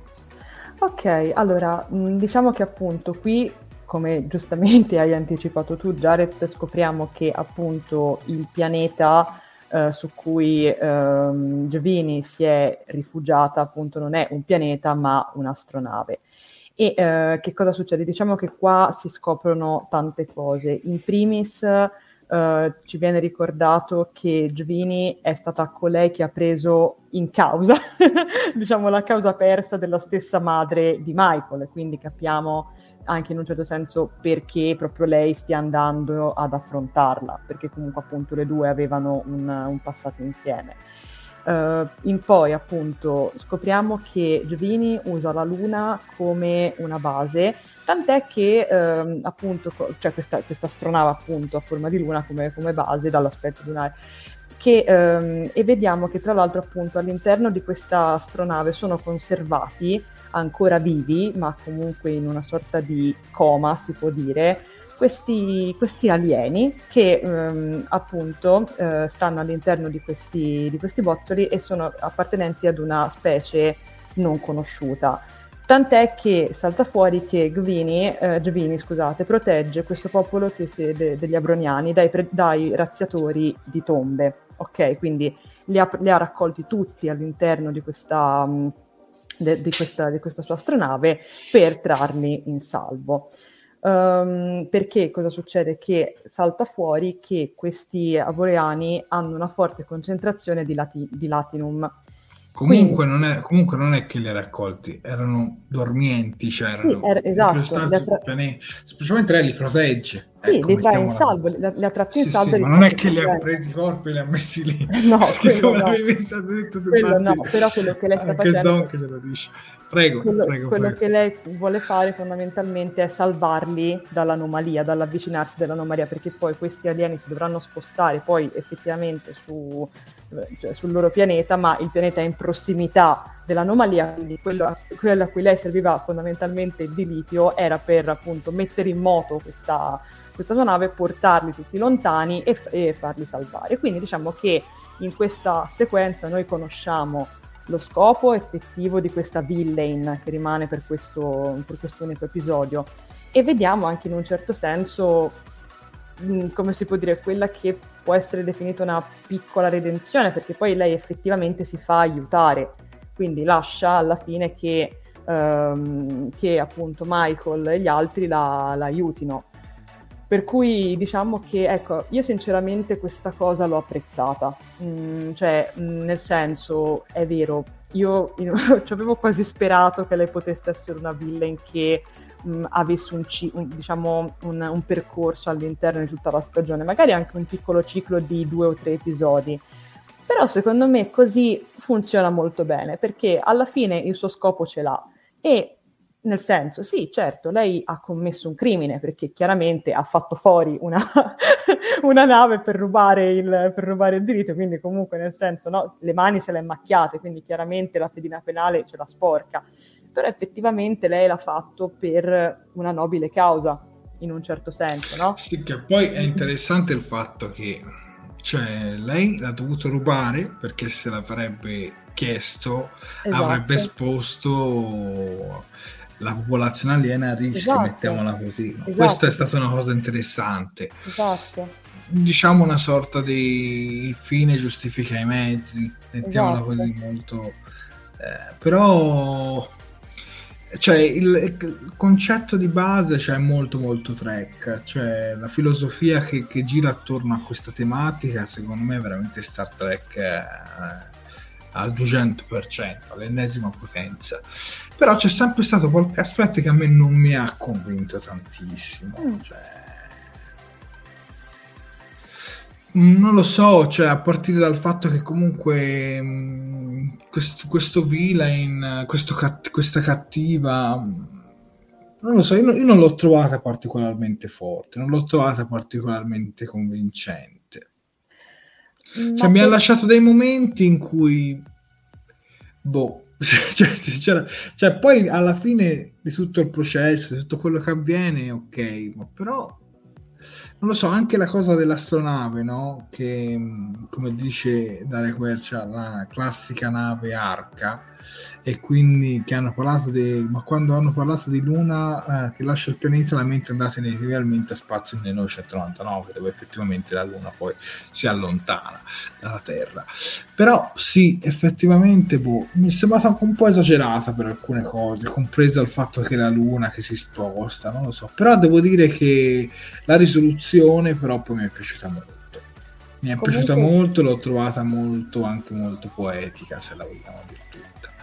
Ok, allora diciamo che appunto qui, come giustamente hai anticipato tu, Jared, scopriamo che appunto il pianeta eh, su cui ehm, Giovini si è rifugiata appunto non è un pianeta ma un'astronave. E eh, che cosa succede? Diciamo che qua si scoprono tante cose. In primis Uh, ci viene ricordato che Giovini è stata colei che ha preso in causa diciamo la causa persa della stessa madre di Michael, quindi capiamo anche in un certo senso perché proprio lei stia andando ad affrontarla, perché comunque appunto le due avevano un, un passato insieme. Uh, in poi appunto scopriamo che Giovini usa la Luna come una base, tant'è che ehm, appunto cioè questa, questa astronave appunto a forma di luna come, come base dall'aspetto lunare, che, ehm, e vediamo che tra l'altro appunto all'interno di questa astronave sono conservati ancora vivi, ma comunque in una sorta di coma si può dire, questi, questi alieni che ehm, appunto eh, stanno all'interno di questi, di questi bozzoli e sono appartenenti ad una specie non conosciuta. Tant'è che salta fuori che Giovini, eh, Giovini scusate, protegge questo popolo che si, de, degli abroniani dai, pre, dai razziatori di tombe, ok? Quindi li ha, li ha raccolti tutti all'interno di questa, de, di, questa, di questa sua astronave per trarli in salvo. Um, perché cosa succede? Che salta fuori che questi abroniani hanno una forte concentrazione di, lati, di latinum.
Comunque non, è, comunque non è che li ha raccolti, erano dormienti, cioè erano
sì, era, esatto,
tra... semplicemente lei li protegge.
Sì,
ecco,
li trae in salvo, li, li ha tratti in
sì,
salvo.
Sì, ma non è che li ha presi i corpi e li ha messi lì.
No, quello no.
Messo detto,
quello no, però quello che lei sta facendo...
Che glielo dice. Prego,
quello,
prego,
quello
prego.
che lei vuole fare fondamentalmente è salvarli dall'anomalia, dall'avvicinarsi dell'anomalia, perché poi questi alieni si dovranno spostare poi effettivamente su, cioè, sul loro pianeta, ma il pianeta è in prossimità dell'anomalia, quindi quello, quello a cui lei serviva fondamentalmente di litio era per appunto mettere in moto questa, questa sua nave, portarli tutti lontani e, e farli salvare. Quindi diciamo che in questa sequenza noi conosciamo lo scopo effettivo di questa villain che rimane per questo, per questo unico episodio, e vediamo anche in un certo senso, mh, come si può dire, quella che può essere definita una piccola redenzione, perché poi lei effettivamente si fa aiutare, quindi lascia alla fine che, ehm, che appunto Michael e gli altri la, la aiutino. Per cui diciamo che, ecco, io sinceramente questa cosa l'ho apprezzata, mm, cioè mm, nel senso, è vero, io ci avevo quasi sperato che lei potesse essere una villain che mh, avesse un, ci- un, diciamo, un, un percorso all'interno di tutta la stagione, magari anche un piccolo ciclo di due o tre episodi, però secondo me così funziona molto bene, perché alla fine il suo scopo ce l'ha, e nel senso, sì, certo, lei ha commesso un crimine, perché chiaramente ha fatto fuori una, una nave per rubare, il, per rubare il diritto, quindi comunque nel senso, no, le mani se le ha macchiate, quindi chiaramente la fedina penale ce la sporca, però effettivamente lei l'ha fatto per una nobile causa, in un certo senso, no?
Sì, che poi è interessante il fatto che, cioè, lei l'ha dovuto rubare perché se l'avrebbe chiesto,
Esatto.
avrebbe esposto la popolazione aliena a rischio,
Esatto.
mettiamola così. No?
Esatto.
Questa è stata una cosa interessante.
Esatto.
Diciamo una sorta di il fine giustifica i mezzi, mettiamola
Esatto.
così molto. Eh, però, cioè, il, il concetto di base, cioè, è molto molto Trek, cioè la filosofia che, che gira attorno a questa tematica, secondo me è veramente Star Trek eh, al duecento per cento, all'ennesima potenza. Però c'è sempre stato qualche aspetto che a me non mi ha convinto tantissimo,
Mm.
cioè, non lo so, cioè, a partire dal fatto che comunque mh, questo, questo villain, questo cat- questa cattiva, mh, non lo so, io, no- io non l'ho trovata particolarmente forte, non l'ho trovata particolarmente convincente. Cioè,
Ma
mi ha
per-
lasciato dei momenti in cui, boh, cioè, c'era- cioè, poi alla fine di tutto il processo, di tutto quello che avviene, ok, ma però non lo so, anche la cosa dell'astronave, no? Che, mh, come dice Daria Quercia, la classica nave Arca, e quindi che hanno parlato di, ma quando hanno parlato di Luna eh, che lascia il pianeta, la mente è andata inevitabilmente a spazio nel millenovecentonovantanove, dove effettivamente la Luna poi si allontana dalla Terra. Però sì, effettivamente boh, mi è sembrata anche un po' esagerata per alcune cose, compresa il fatto che la Luna che si sposta, non lo so. Però devo dire che la risoluzione però poi mi è piaciuta molto. Mi è
Comunque-
piaciuta molto, l'ho trovata molto, anche molto poetica, se la vogliamo dire tutta.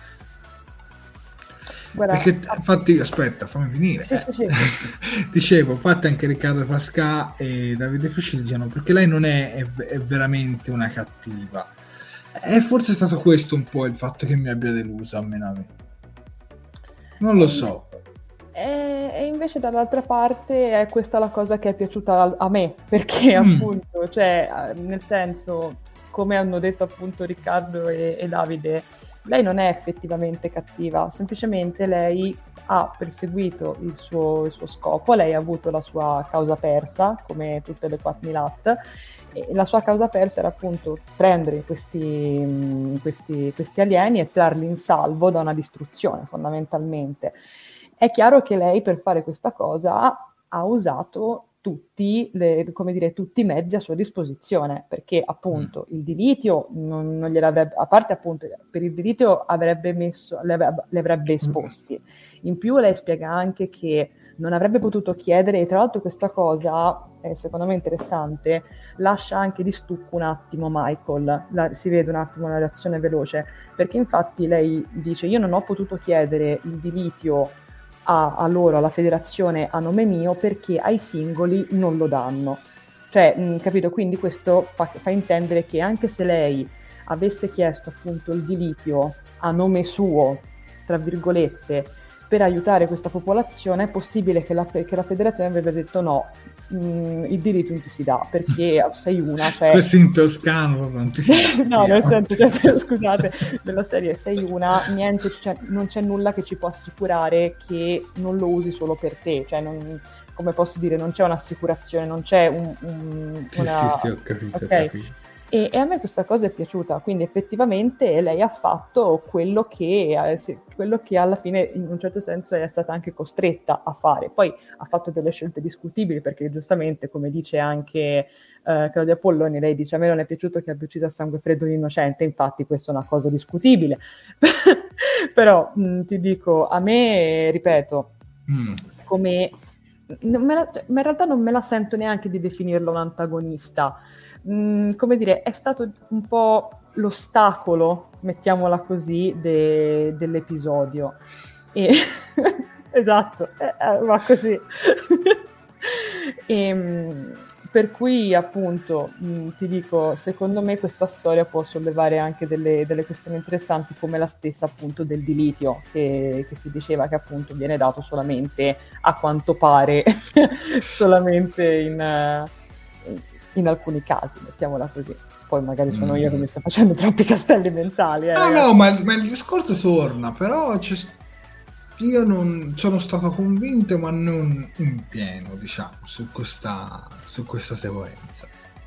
guarda,
Perché infatti, aspetta, fammi finire.
Sì, sì, sì.
Dicevo, infatti anche Riccardo Frasca e Davide Fusci dicono perché lei non è, è, è veramente una cattiva. E forse è stato questo un po' il fatto che mi abbia deluso, almeno a me. Non lo so.
E, e invece dall'altra parte è questa la cosa che è piaciuta a, a me, perché
Mm.
appunto, cioè, eh, nel senso, come hanno detto appunto Riccardo e, e Davide, lei non è effettivamente cattiva, semplicemente lei ha perseguito il suo, il suo scopo, lei ha avuto la sua causa persa, come tutte le Qat Milat, e la sua causa persa era appunto prendere questi, mh, questi, questi alieni e trarli in salvo da una distruzione, fondamentalmente. È chiaro che lei per fare questa cosa ha usato tutti, le, come dire, tutti i mezzi a sua disposizione, perché appunto il dilitio non, non gliel'avrebbe, a parte appunto per il dilitio avrebbe messo, li avrebbe, li avrebbe esposti. In più lei spiega anche che non avrebbe potuto chiedere, e tra l'altro questa cosa è secondo me interessante, lascia anche di stucco un attimo Michael, la, si vede un attimo una reazione veloce, perché infatti lei dice io non ho potuto chiedere il dilitio a, a loro, alla federazione, a nome mio, perché ai singoli non lo danno. Cioè, mh, capito? Quindi questo fa, fa intendere che anche se lei avesse chiesto appunto il dilitio a nome suo, tra virgolette, per aiutare questa popolazione, è possibile che la, che la federazione avrebbe detto no, mh, il diritto non ti si dà, perché sei una, cioè...
Questo in toscano non ti si dà.
No, nel senso, cioè, scusate, della serie sei una, niente, cioè, non c'è nulla che ci può assicurare che non lo usi solo per te, cioè non, come posso dire, non c'è un'assicurazione, non c'è un, un,
Sì,
una...
sì, sì, ho capito,
Ok.
ho capito.
E, e a me questa cosa è piaciuta, quindi effettivamente lei ha fatto quello che, eh, quello che alla fine in un certo senso è stata anche costretta a fare. Poi ha fatto delle scelte discutibili, perché giustamente, come dice anche eh, Claudia Polloni, lei dice: a me non è piaciuto che abbia ucciso a sangue freddo un innocente, infatti questa è una cosa discutibile. Però mh, ti dico, a me, ripeto, mm. come... Me la, ma in realtà non me la sento neanche di definirlo un antagonista. Mm, come dire, è stato un po' l'ostacolo, mettiamola così, de, dell'episodio. E esatto, eh, eh, va così. e, per cui appunto mh, ti dico, secondo me questa storia può sollevare anche delle, delle questioni interessanti, come la stessa appunto del dilitio, che, che si diceva che appunto viene dato solamente, a quanto pare, solamente in... Uh, in alcuni casi, mettiamola così. Poi magari sono mm. io che mi sto facendo troppi castelli mentali. Eh,
no, ragazzi. no, ma, ma il discorso torna, però c'è, io non sono stato convinto, ma non in pieno, diciamo, su questa, su questa sequenza.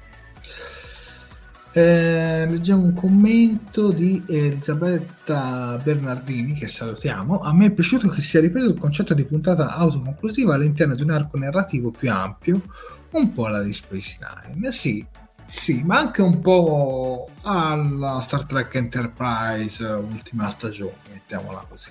Eh, leggiamo un commento di Elisabetta Bernardini, che salutiamo. A me è piaciuto che sia ripreso il concetto di puntata autoconclusiva all'interno di un arco narrativo più ampio, un po' alla di Space Nine, sì, sì, ma anche un po' alla Star Trek Enterprise ultima stagione, mettiamola così.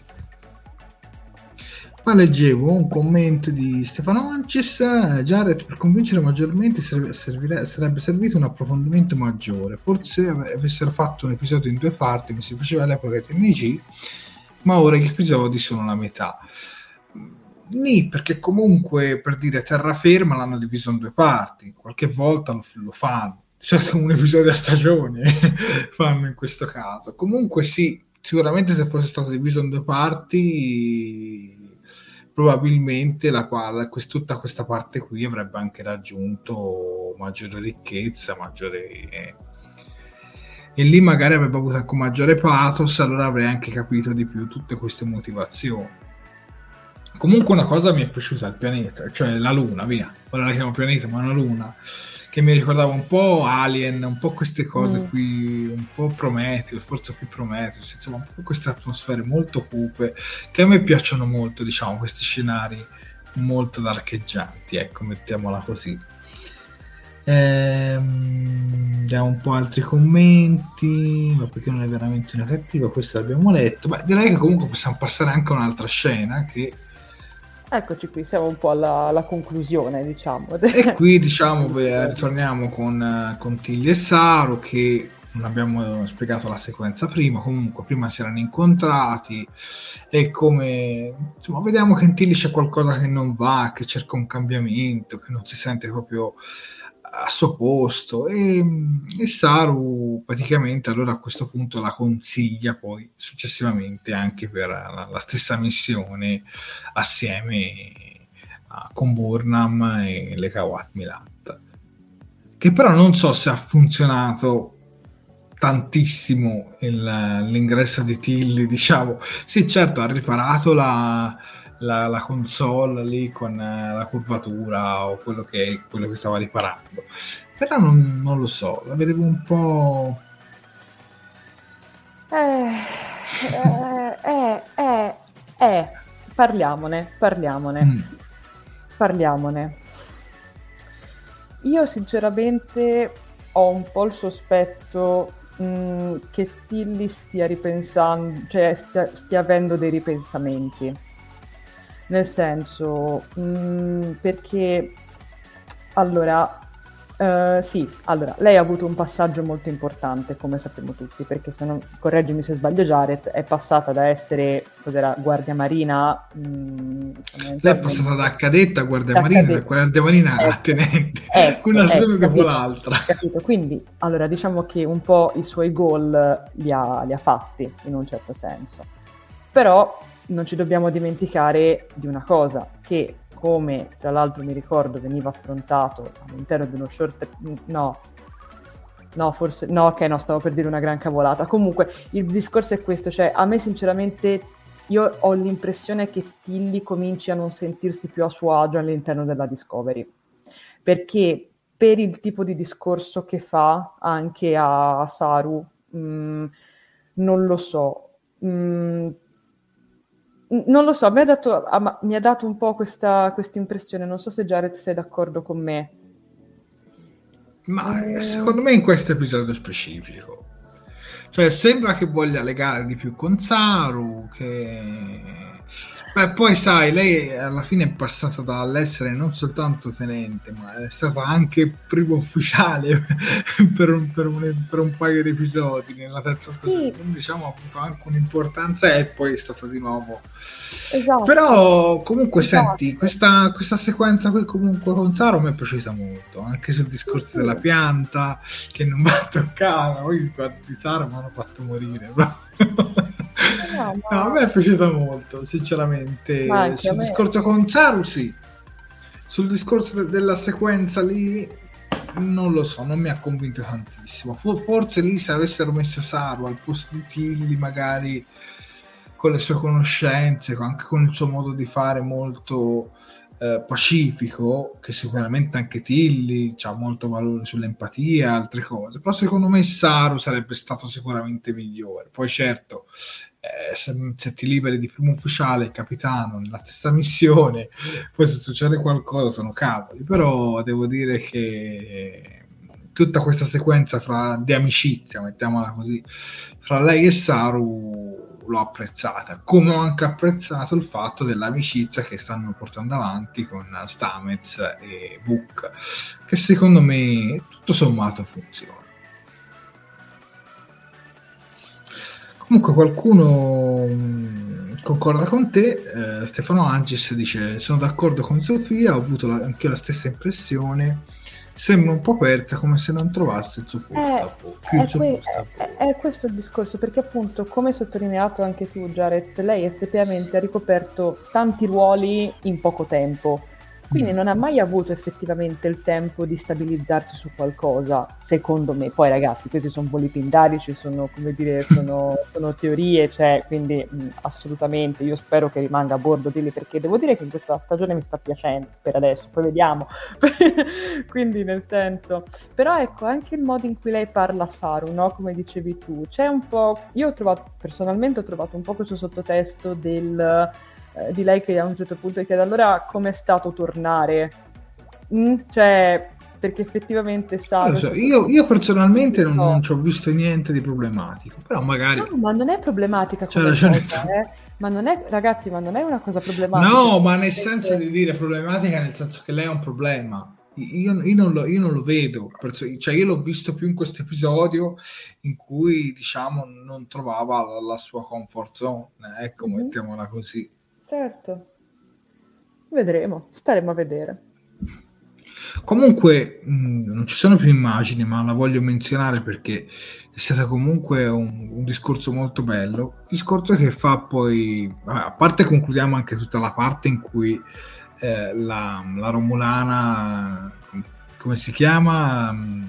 Poi leggevo un commento di Stefano Ancis: Jared, per convincere maggiormente serve, servire, sarebbe servito un approfondimento maggiore, forse avessero fatto un episodio in due parti, come si faceva all'epoca di T N G, ma ora gli episodi sono la metà. Nì, perché comunque, per dire, terraferma l'hanno diviso in due parti, qualche volta lo, lo fanno, cioè un episodio a stagione fanno in questo caso. Comunque sì, sicuramente se fosse stato diviso in due parti, probabilmente la quale, quest, tutta questa parte qui avrebbe anche raggiunto maggiore ricchezza, maggiore... Eh, e lì magari avrebbe avuto anche maggiore pathos, allora avrei anche capito di più tutte queste motivazioni. Comunque una cosa mi è piaciuta, il pianeta, cioè la luna, via, ora la chiamo pianeta, ma una luna, che mi ricordava un po' Alien, un po' queste cose mm. qui, un po' Prometheus, forse più Prometheus, insomma, un po' queste atmosfere molto cupe, che a me piacciono molto, diciamo, questi scenari molto darcheggianti, ecco, mettiamola così. Ehm, vediamo un po' altri commenti, ma perché non è veramente una cattiva, questo l'abbiamo letto. Beh, direi che comunque possiamo passare anche a un'altra scena che...
Eccoci qui, siamo un po' alla, alla conclusione, diciamo.
E qui, diciamo, beh, ritorniamo con, con Tilly e Saru, che non abbiamo spiegato la sequenza prima, comunque prima si erano incontrati e come, insomma, vediamo che in Tilly c'è qualcosa che non va, che cerca un cambiamento, che non si sente proprio a suo posto, e, e Saru praticamente allora a questo punto la consiglia poi successivamente anche per la, la stessa missione assieme a, con Burnham e le Kawat Milat, che però non so se ha funzionato tantissimo il, l'ingresso di Tilly, diciamo. Sì, certo, ha riparato la La, la console lì con uh, la curvatura o quello che, quello che stava riparando, però non, non lo so, la vedevo un po'
eh, eh, eh, eh, eh parliamone parliamone mm. parliamone io sinceramente ho un po' il sospetto mh, che Tilly stia ripensando, cioè stia, stia avendo dei ripensamenti. Nel senso, mh, perché allora, uh, sì, allora, lei ha avuto un passaggio molto importante, come sappiamo tutti, perché se non, correggimi se sbaglio Jared, è passata da essere, cos'era, guardia marina? Mh,
lei è passata da cadetta a guardia marina, da guardia marina a tenente,
ecco,
una stagione
ecco,
dopo
capito,
l'altra.
Capito? Quindi, allora, diciamo che un po' i suoi goal li ha, li ha fatti, in un certo senso. Però non ci dobbiamo dimenticare di una cosa, che come tra l'altro mi ricordo veniva affrontato all'interno di uno short, no, no, forse, no, ok, no, stavo per dire una gran cavolata. Comunque il discorso è questo, cioè a me sinceramente io ho l'impressione che Tilly cominci a non sentirsi più a suo agio all'interno della Discovery, perché per il tipo di discorso che fa anche a, a Saru, mh, non lo so. Mh, non lo so, mi ha dato, ah, mi ha dato un po' questa impressione, non so se Jared sei d'accordo con me.
Ma mm. secondo me in questo episodio specifico, cioè sembra che voglia legare di più con Saru, che... Beh, poi sai, lei alla fine è passata dall'essere non soltanto tenente, ma è stata anche primo ufficiale per, un, per, un, per un paio di episodi nella terza stagione, sì. Quindi diciamo ha avuto anche un'importanza e poi è stata di nuovo. Esatto. Però comunque esatto. Senti, questa, questa sequenza qui comunque con Saru mi è piaciuta molto, anche sul discorso sì. della pianta che non va toccata, poi gli sguardi di Saru mi hanno fatto morire, però. No, ma... no, a me è piaciuta molto, sinceramente. Sul discorso con Saru sì, sul discorso de- della sequenza lì non lo so, non mi ha convinto tantissimo. Forse lì se avessero messo Saru al posto di Tilly, magari con le sue conoscenze, anche con il suo modo di fare molto eh, pacifico, che sicuramente anche Tilly ha molto valore sull'empatia e altre cose, però secondo me Saru sarebbe stato sicuramente migliore. Poi certo, eh, se, se ti liberi di primo ufficiale e capitano nella stessa missione, poi se succede qualcosa sono cavoli, però devo dire che tutta questa sequenza fra, di amicizia, mettiamola così, fra lei e Saru l'ho apprezzata, come ho anche apprezzato il fatto dell'amicizia che stanno portando avanti con Stamets e Book, che secondo me tutto sommato funziona. Comunque qualcuno mh, concorda con te, eh, Stefano Angis dice: sono d'accordo con Sofia, ho avuto la, anche io la stessa impressione. Sembra un po' persa, come se non trovasse il suo posto.
È, è, que- è, è questo il discorso, perché appunto, come hai sottolineato anche tu, Jared, lei effettivamente ha ricoperto tanti ruoli in poco tempo, quindi mm. non ha mai avuto effettivamente il tempo di stabilizzarsi su qualcosa, secondo me. Poi ragazzi, questi sono voli pindarici, sono, come dire, sono, sono teorie, cioè, quindi mh, assolutamente, io spero che rimanga a bordo di lì, perché devo dire che in questa stagione mi sta piacendo, per adesso, poi vediamo. Quindi nel senso, però ecco, anche il modo in cui lei parla a Saru, no? Come dicevi tu, c'è un po', io ho trovato, personalmente ho trovato un po' questo sottotesto del... di lei che a un certo punto chiede: allora com'è stato tornare? Mm? Cioè, perché effettivamente sa...
So, io, io personalmente non, non ci ho visto niente di problematico, però magari...
No, ma non è problematica come cosa, eh? Ma non è, ragazzi, ma non è una cosa problematica.
No, ma nel senso di dire problematica, nel senso che lei ha un problema. Io, io, non, lo, io non lo vedo, cioè io l'ho visto più in questo episodio in cui, diciamo, non trovava la, la sua comfort zone, ecco, mm-hmm. mettiamola così.
Certo, vedremo, staremo a vedere.
Comunque mh, non ci sono più immagini, ma la voglio menzionare perché è stato comunque un, un discorso molto bello, discorso che fa poi, a parte concludiamo anche tutta la parte in cui eh, la, la Romulana, come si chiama?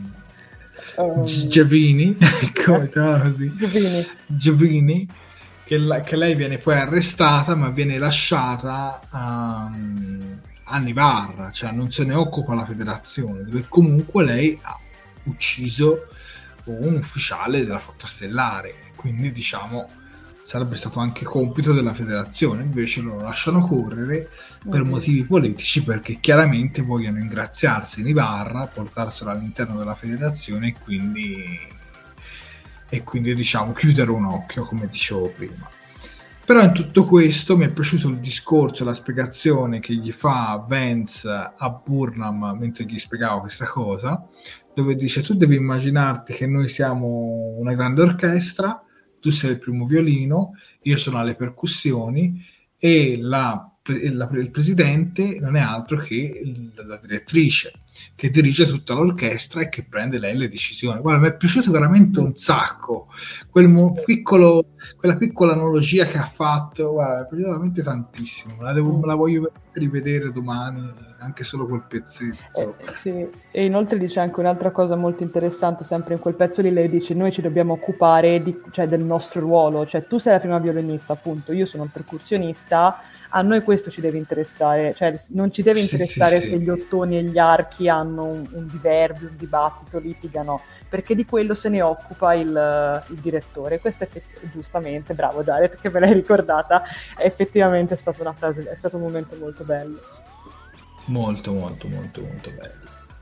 Um, Giovini, come così? Giovini. Giovini. Che, la, che lei viene poi arrestata, ma viene lasciata um, a Nibarra, cioè non se ne occupa la federazione, dove comunque lei ha ucciso un ufficiale della flotta stellare, quindi diciamo sarebbe stato anche compito della federazione, invece lo lasciano correre per mm-hmm. motivi politici, perché chiaramente vogliono ingraziarsi Nibarra, portarselo all'interno della federazione e quindi e quindi diciamo chiudere un occhio, come dicevo prima. Però in tutto questo mi è piaciuto il discorso, la spiegazione che gli fa Vance a Burnham mentre gli spiegava questa cosa, dove dice: tu devi immaginarti che noi siamo una grande orchestra, tu sei il primo violino, io sono alle percussioni e la, la, il presidente non è altro che il, la direttrice, che dirige tutta l'orchestra e che prende lei le decisioni. Guarda, mi è piaciuto veramente un sacco quel mo- piccolo, quella piccola analogia che ha fatto, guarda, mi è piaciuto veramente tantissimo, la, devo, me la voglio rivedere domani, anche solo quel pezzetto.
Eh, sì. E inoltre dice anche un'altra cosa molto interessante, sempre in quel pezzo lì lei dice: noi ci dobbiamo occupare di, cioè, del nostro ruolo, cioè tu sei la prima violinista, appunto, io sono il percussionista, A noi questo ci deve interessare, cioè non ci deve interessare
sì, sì,
se
sì.
gli ottoni e gli archi hanno un, un diverbio, un dibattito, litigano, perché di quello se ne occupa il, il direttore. Questo è che, giustamente, bravo Jared che me l'hai ricordata, è effettivamente stata una frase, è stato un momento molto bello.
Molto, molto, molto, molto bello.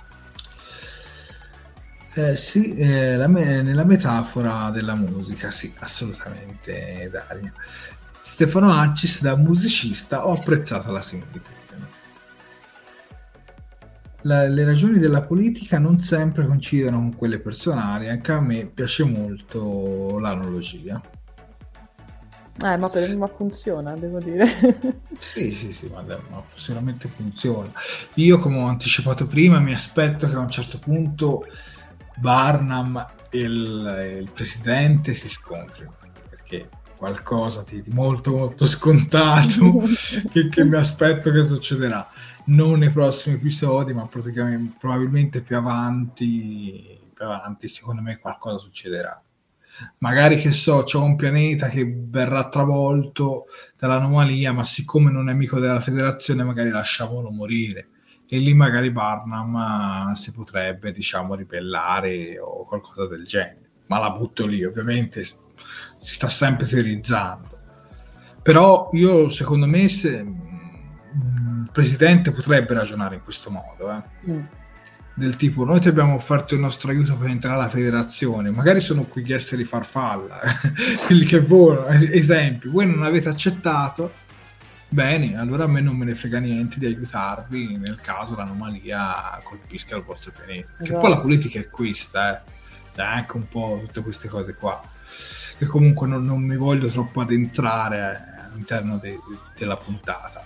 Eh, sì, eh, la me- nella metafora della musica, sì, assolutamente, Daria. Stefano Accis, da musicista, ho apprezzato la similitudine. La- le ragioni della politica non sempre coincidono con quelle personali, anche a me piace molto l'analogia.
Eh, ma, per, ma funziona, devo dire.
Sì, sì, sì, ma, ma sicuramente funziona. Io, come ho anticipato prima, mi aspetto che a un certo punto Barnum e il, il presidente si scontrino, perché qualcosa di, di molto molto scontato che, che mi aspetto che succederà, non nei prossimi episodi, ma praticamente probabilmente più avanti, più avanti secondo me qualcosa succederà. Magari, che so, c'è un pianeta che verrà travolto dall'anomalia, ma siccome non è amico della federazione magari lasciamolo morire, e lì magari Barnum uh, si potrebbe, diciamo, ribellare o qualcosa del genere, ma la butto lì, ovviamente si sta sempre teorizzando. Però io, secondo me, se, mh, il presidente potrebbe ragionare in questo modo, eh. mm. del tipo: noi ti abbiamo offerto il nostro aiuto per entrare alla federazione, magari sono qui gli esseri farfalla, quelli che volano, esempi, voi non avete accettato, bene, allora a me non me ne frega niente di aiutarvi nel caso l'anomalia colpisca il vostro pianeta. Che esatto. Poi la politica è questa, eh. è anche un po' tutte queste cose qua, che comunque non, non mi voglio troppo addentrare all'interno de, de, della puntata.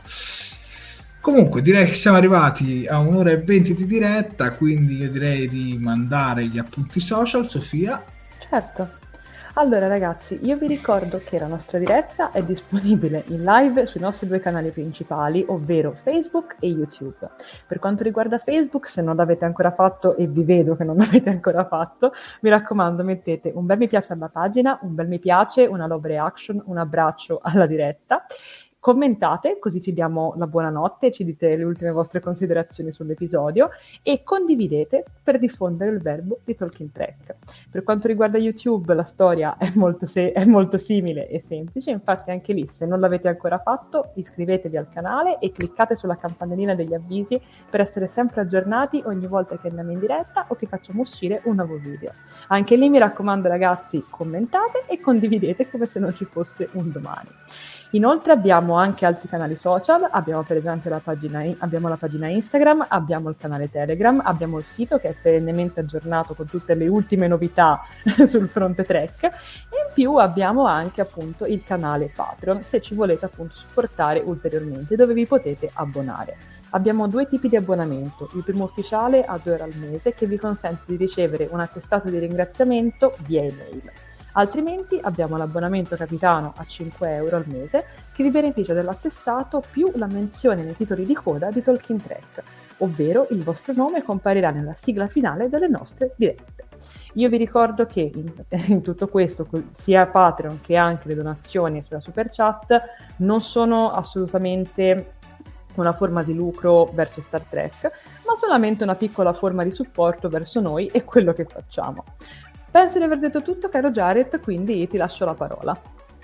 Comunque direi che siamo arrivati a un'ora e venti di diretta, quindi io direi di mandare gli appunti social. Sofia?
Certo. Allora ragazzi, io vi ricordo che la nostra diretta è disponibile in live sui nostri due canali principali, ovvero Facebook e YouTube. Per quanto riguarda Facebook, se non l'avete ancora fatto, e vi vedo che non l'avete ancora fatto, mi raccomando, mettete un bel mi piace alla pagina, un bel mi piace, una love reaction, un abbraccio alla diretta. Commentate, così ci diamo la buonanotte, ci dite le ultime vostre considerazioni sull'episodio, e condividete per diffondere il verbo di Talking Track. Per quanto riguarda YouTube, la storia è molto, se- è molto simile e semplice, infatti anche lì, se non l'avete ancora fatto, iscrivetevi al canale e cliccate sulla campanellina degli avvisi per essere sempre aggiornati ogni volta che andiamo in diretta o che facciamo uscire un nuovo video. Anche lì mi raccomando ragazzi, commentate e condividete come se non ci fosse un domani. Inoltre abbiamo anche altri canali social, abbiamo per esempio la pagina, abbiamo la pagina Instagram, abbiamo il canale Telegram, abbiamo il sito che è perennemente aggiornato con tutte le ultime novità sul fronte Trek, e in più abbiamo anche appunto il canale Patreon, se ci volete appunto supportare ulteriormente, dove vi potete abbonare. Abbiamo due tipi di abbonamento, il primo ufficiale a due euro al mese che vi consente di ricevere un attestato di ringraziamento via email. Altrimenti abbiamo l'abbonamento capitano a cinque euro al mese che vi beneficia dell'attestato più la menzione nei titoli di coda di Talking Track, ovvero il vostro nome comparirà nella sigla finale delle nostre dirette. Io vi ricordo che in, in tutto questo, sia Patreon che anche le donazioni sulla Super Chat non sono assolutamente una forma di lucro verso Star Trek, ma solamente una piccola forma di supporto verso noi e quello che facciamo. Penso di aver detto tutto, caro Jared, quindi ti lascio la parola.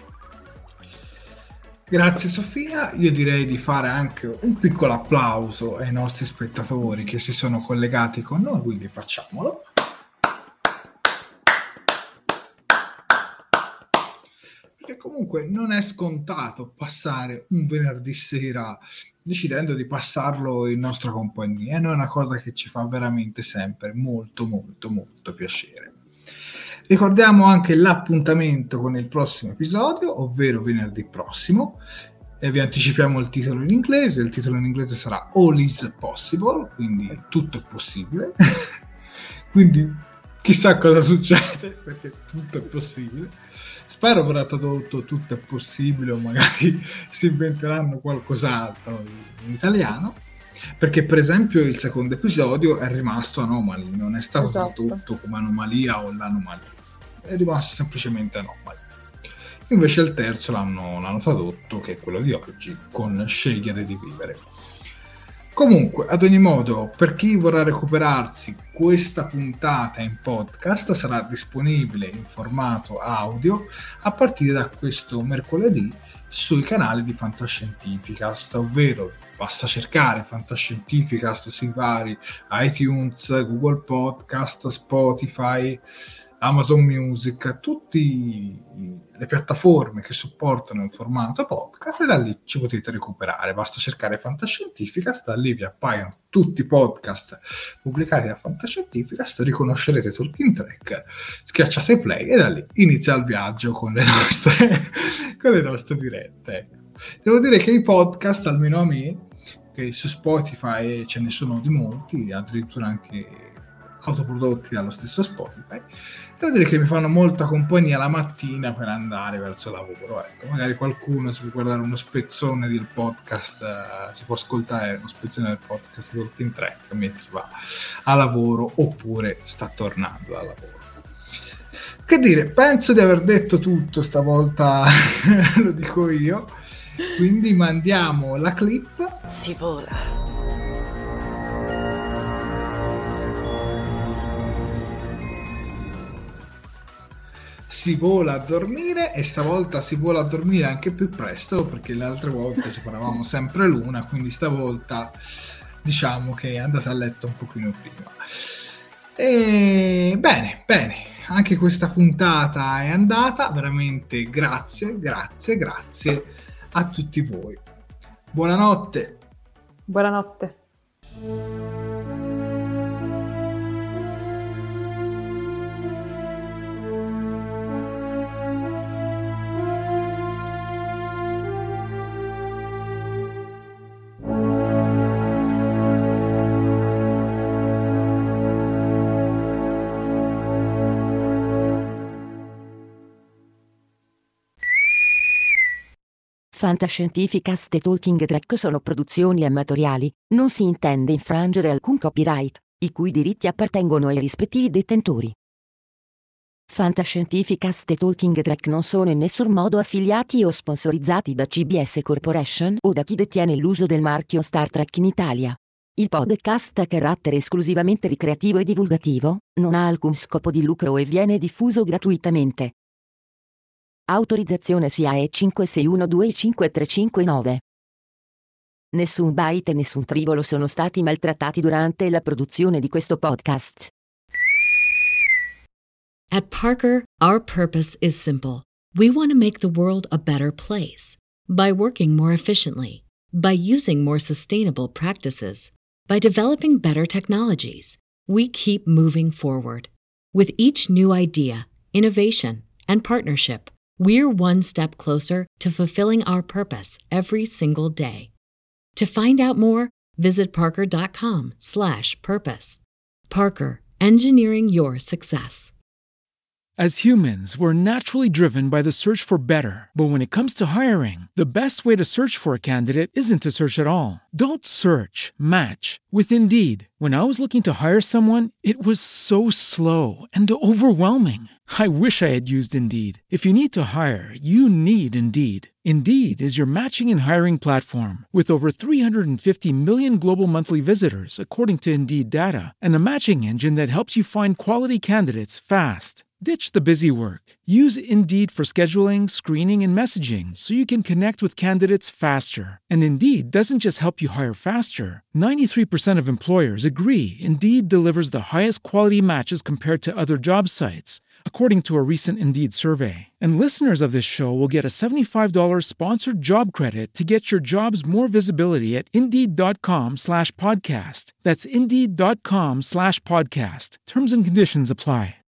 Grazie Sofia, io direi di fare anche un piccolo applauso ai nostri spettatori che si sono collegati con noi, quindi facciamolo. Perché comunque non è scontato passare un venerdì sera decidendo di passarlo in nostra compagnia, e non è una cosa che ci fa veramente sempre molto molto molto piacere. Ricordiamo anche l'appuntamento con il prossimo episodio, ovvero venerdì prossimo, e vi anticipiamo il titolo in inglese. Il titolo in inglese sarà All is Possible, quindi tutto è possibile. Quindi chissà cosa succede, perché tutto è possibile. Spero verrà tradotto tutto è possibile, o magari si inventeranno qualcos'altro in italiano. Perché per esempio il secondo episodio è rimasto Anomaly, non è stato esatto. tradotto come anomalia o l'anomalia, è rimasto semplicemente Anomaly. invece il terzo l'hanno, l'hanno tradotto, che è quello di oggi, con Scegliere di vivere. Comunque, ad ogni modo, per chi vorrà recuperarsi questa puntata in podcast, sarà disponibile in formato audio a partire da questo mercoledì sui canali di Fantascientificast, ovvero basta cercare Fantascientificast sui vari iTunes, Google Podcast, Spotify, Amazon Music, tutte le piattaforme che supportano il formato podcast, e da lì ci potete recuperare. Basta cercare Fantascientificast, da lì vi appaiono tutti i podcast pubblicati da Fantascientificast, riconoscerete Talking Track, schiacciate play e da lì inizia il viaggio con le nostre, con le nostre dirette. Devo dire che i podcast, almeno a me, che su Spotify ce ne sono di molti, addirittura anche autoprodotti dallo stesso Spotify, devo dire che mi fanno molta compagnia la mattina per andare verso il lavoro. Ecco, magari qualcuno si può guardare uno spezzone del podcast, uh, si può ascoltare uno spezzone del podcast di Talking Track mentre va a lavoro oppure sta tornando dal lavoro. Che dire, penso di aver detto tutto stavolta, lo dico io, quindi mandiamo la clip.
Si vola.
Si vola a dormire, e stavolta si vola a dormire anche più presto, perché le altre volte ci paravamo sempre l'una, quindi stavolta diciamo che è andata a letto un pochino prima. E bene, bene, anche questa puntata è andata, veramente grazie, grazie, grazie a tutti voi. Buonanotte.
Buonanotte.
Fantascientificast e Talking Track sono produzioni amatoriali, non si intende infrangere alcun copyright, i cui diritti appartengono ai rispettivi detentori. Fantascientificast e Talking Track non sono in nessun modo affiliati o sponsorizzati da C B S Corporation o da chi detiene l'uso del marchio Star Trek in Italia. Il podcast ha carattere esclusivamente ricreativo e divulgativo, non ha alcun scopo di lucro e viene diffuso gratuitamente. Autorizzazione S I A E cinque sei uno due cinque tre cinque nove. Nessun byte e nessun tribolo sono stati maltrattati durante la produzione di questo podcast.
At Parker, our purpose is simple. We want to make the world a better place. By working more efficiently, by using more sustainable practices, by developing better technologies, we keep moving forward. With each new idea, innovation, and partnership, we're one step closer to fulfilling our purpose every single day. To find out more, visit parker.com slash purpose. Parker, engineering your success.
As humans, we're naturally driven by the search for better. But when it comes to hiring, the best way to search for a candidate isn't to search at all. Don't search, match with Indeed. When I was looking to hire someone, it was so slow and overwhelming. I wish I had used Indeed. If you need to hire, you need Indeed. Indeed is your matching and hiring platform with over three hundred fifty million global monthly visitors, according to Indeed data, and a matching engine that helps you find quality candidates fast. Ditch the busy work. Use Indeed for scheduling, screening, and messaging so you can connect with candidates faster. And Indeed doesn't just help you hire faster. ninety-three percent of employers agree Indeed delivers the highest quality matches compared to other job sites, according to a recent Indeed survey. And listeners of this show will get a seventy-five dollars sponsored job credit to get your jobs more visibility at Indeed.com slash podcast. That's Indeed.com slash podcast. Terms and conditions apply.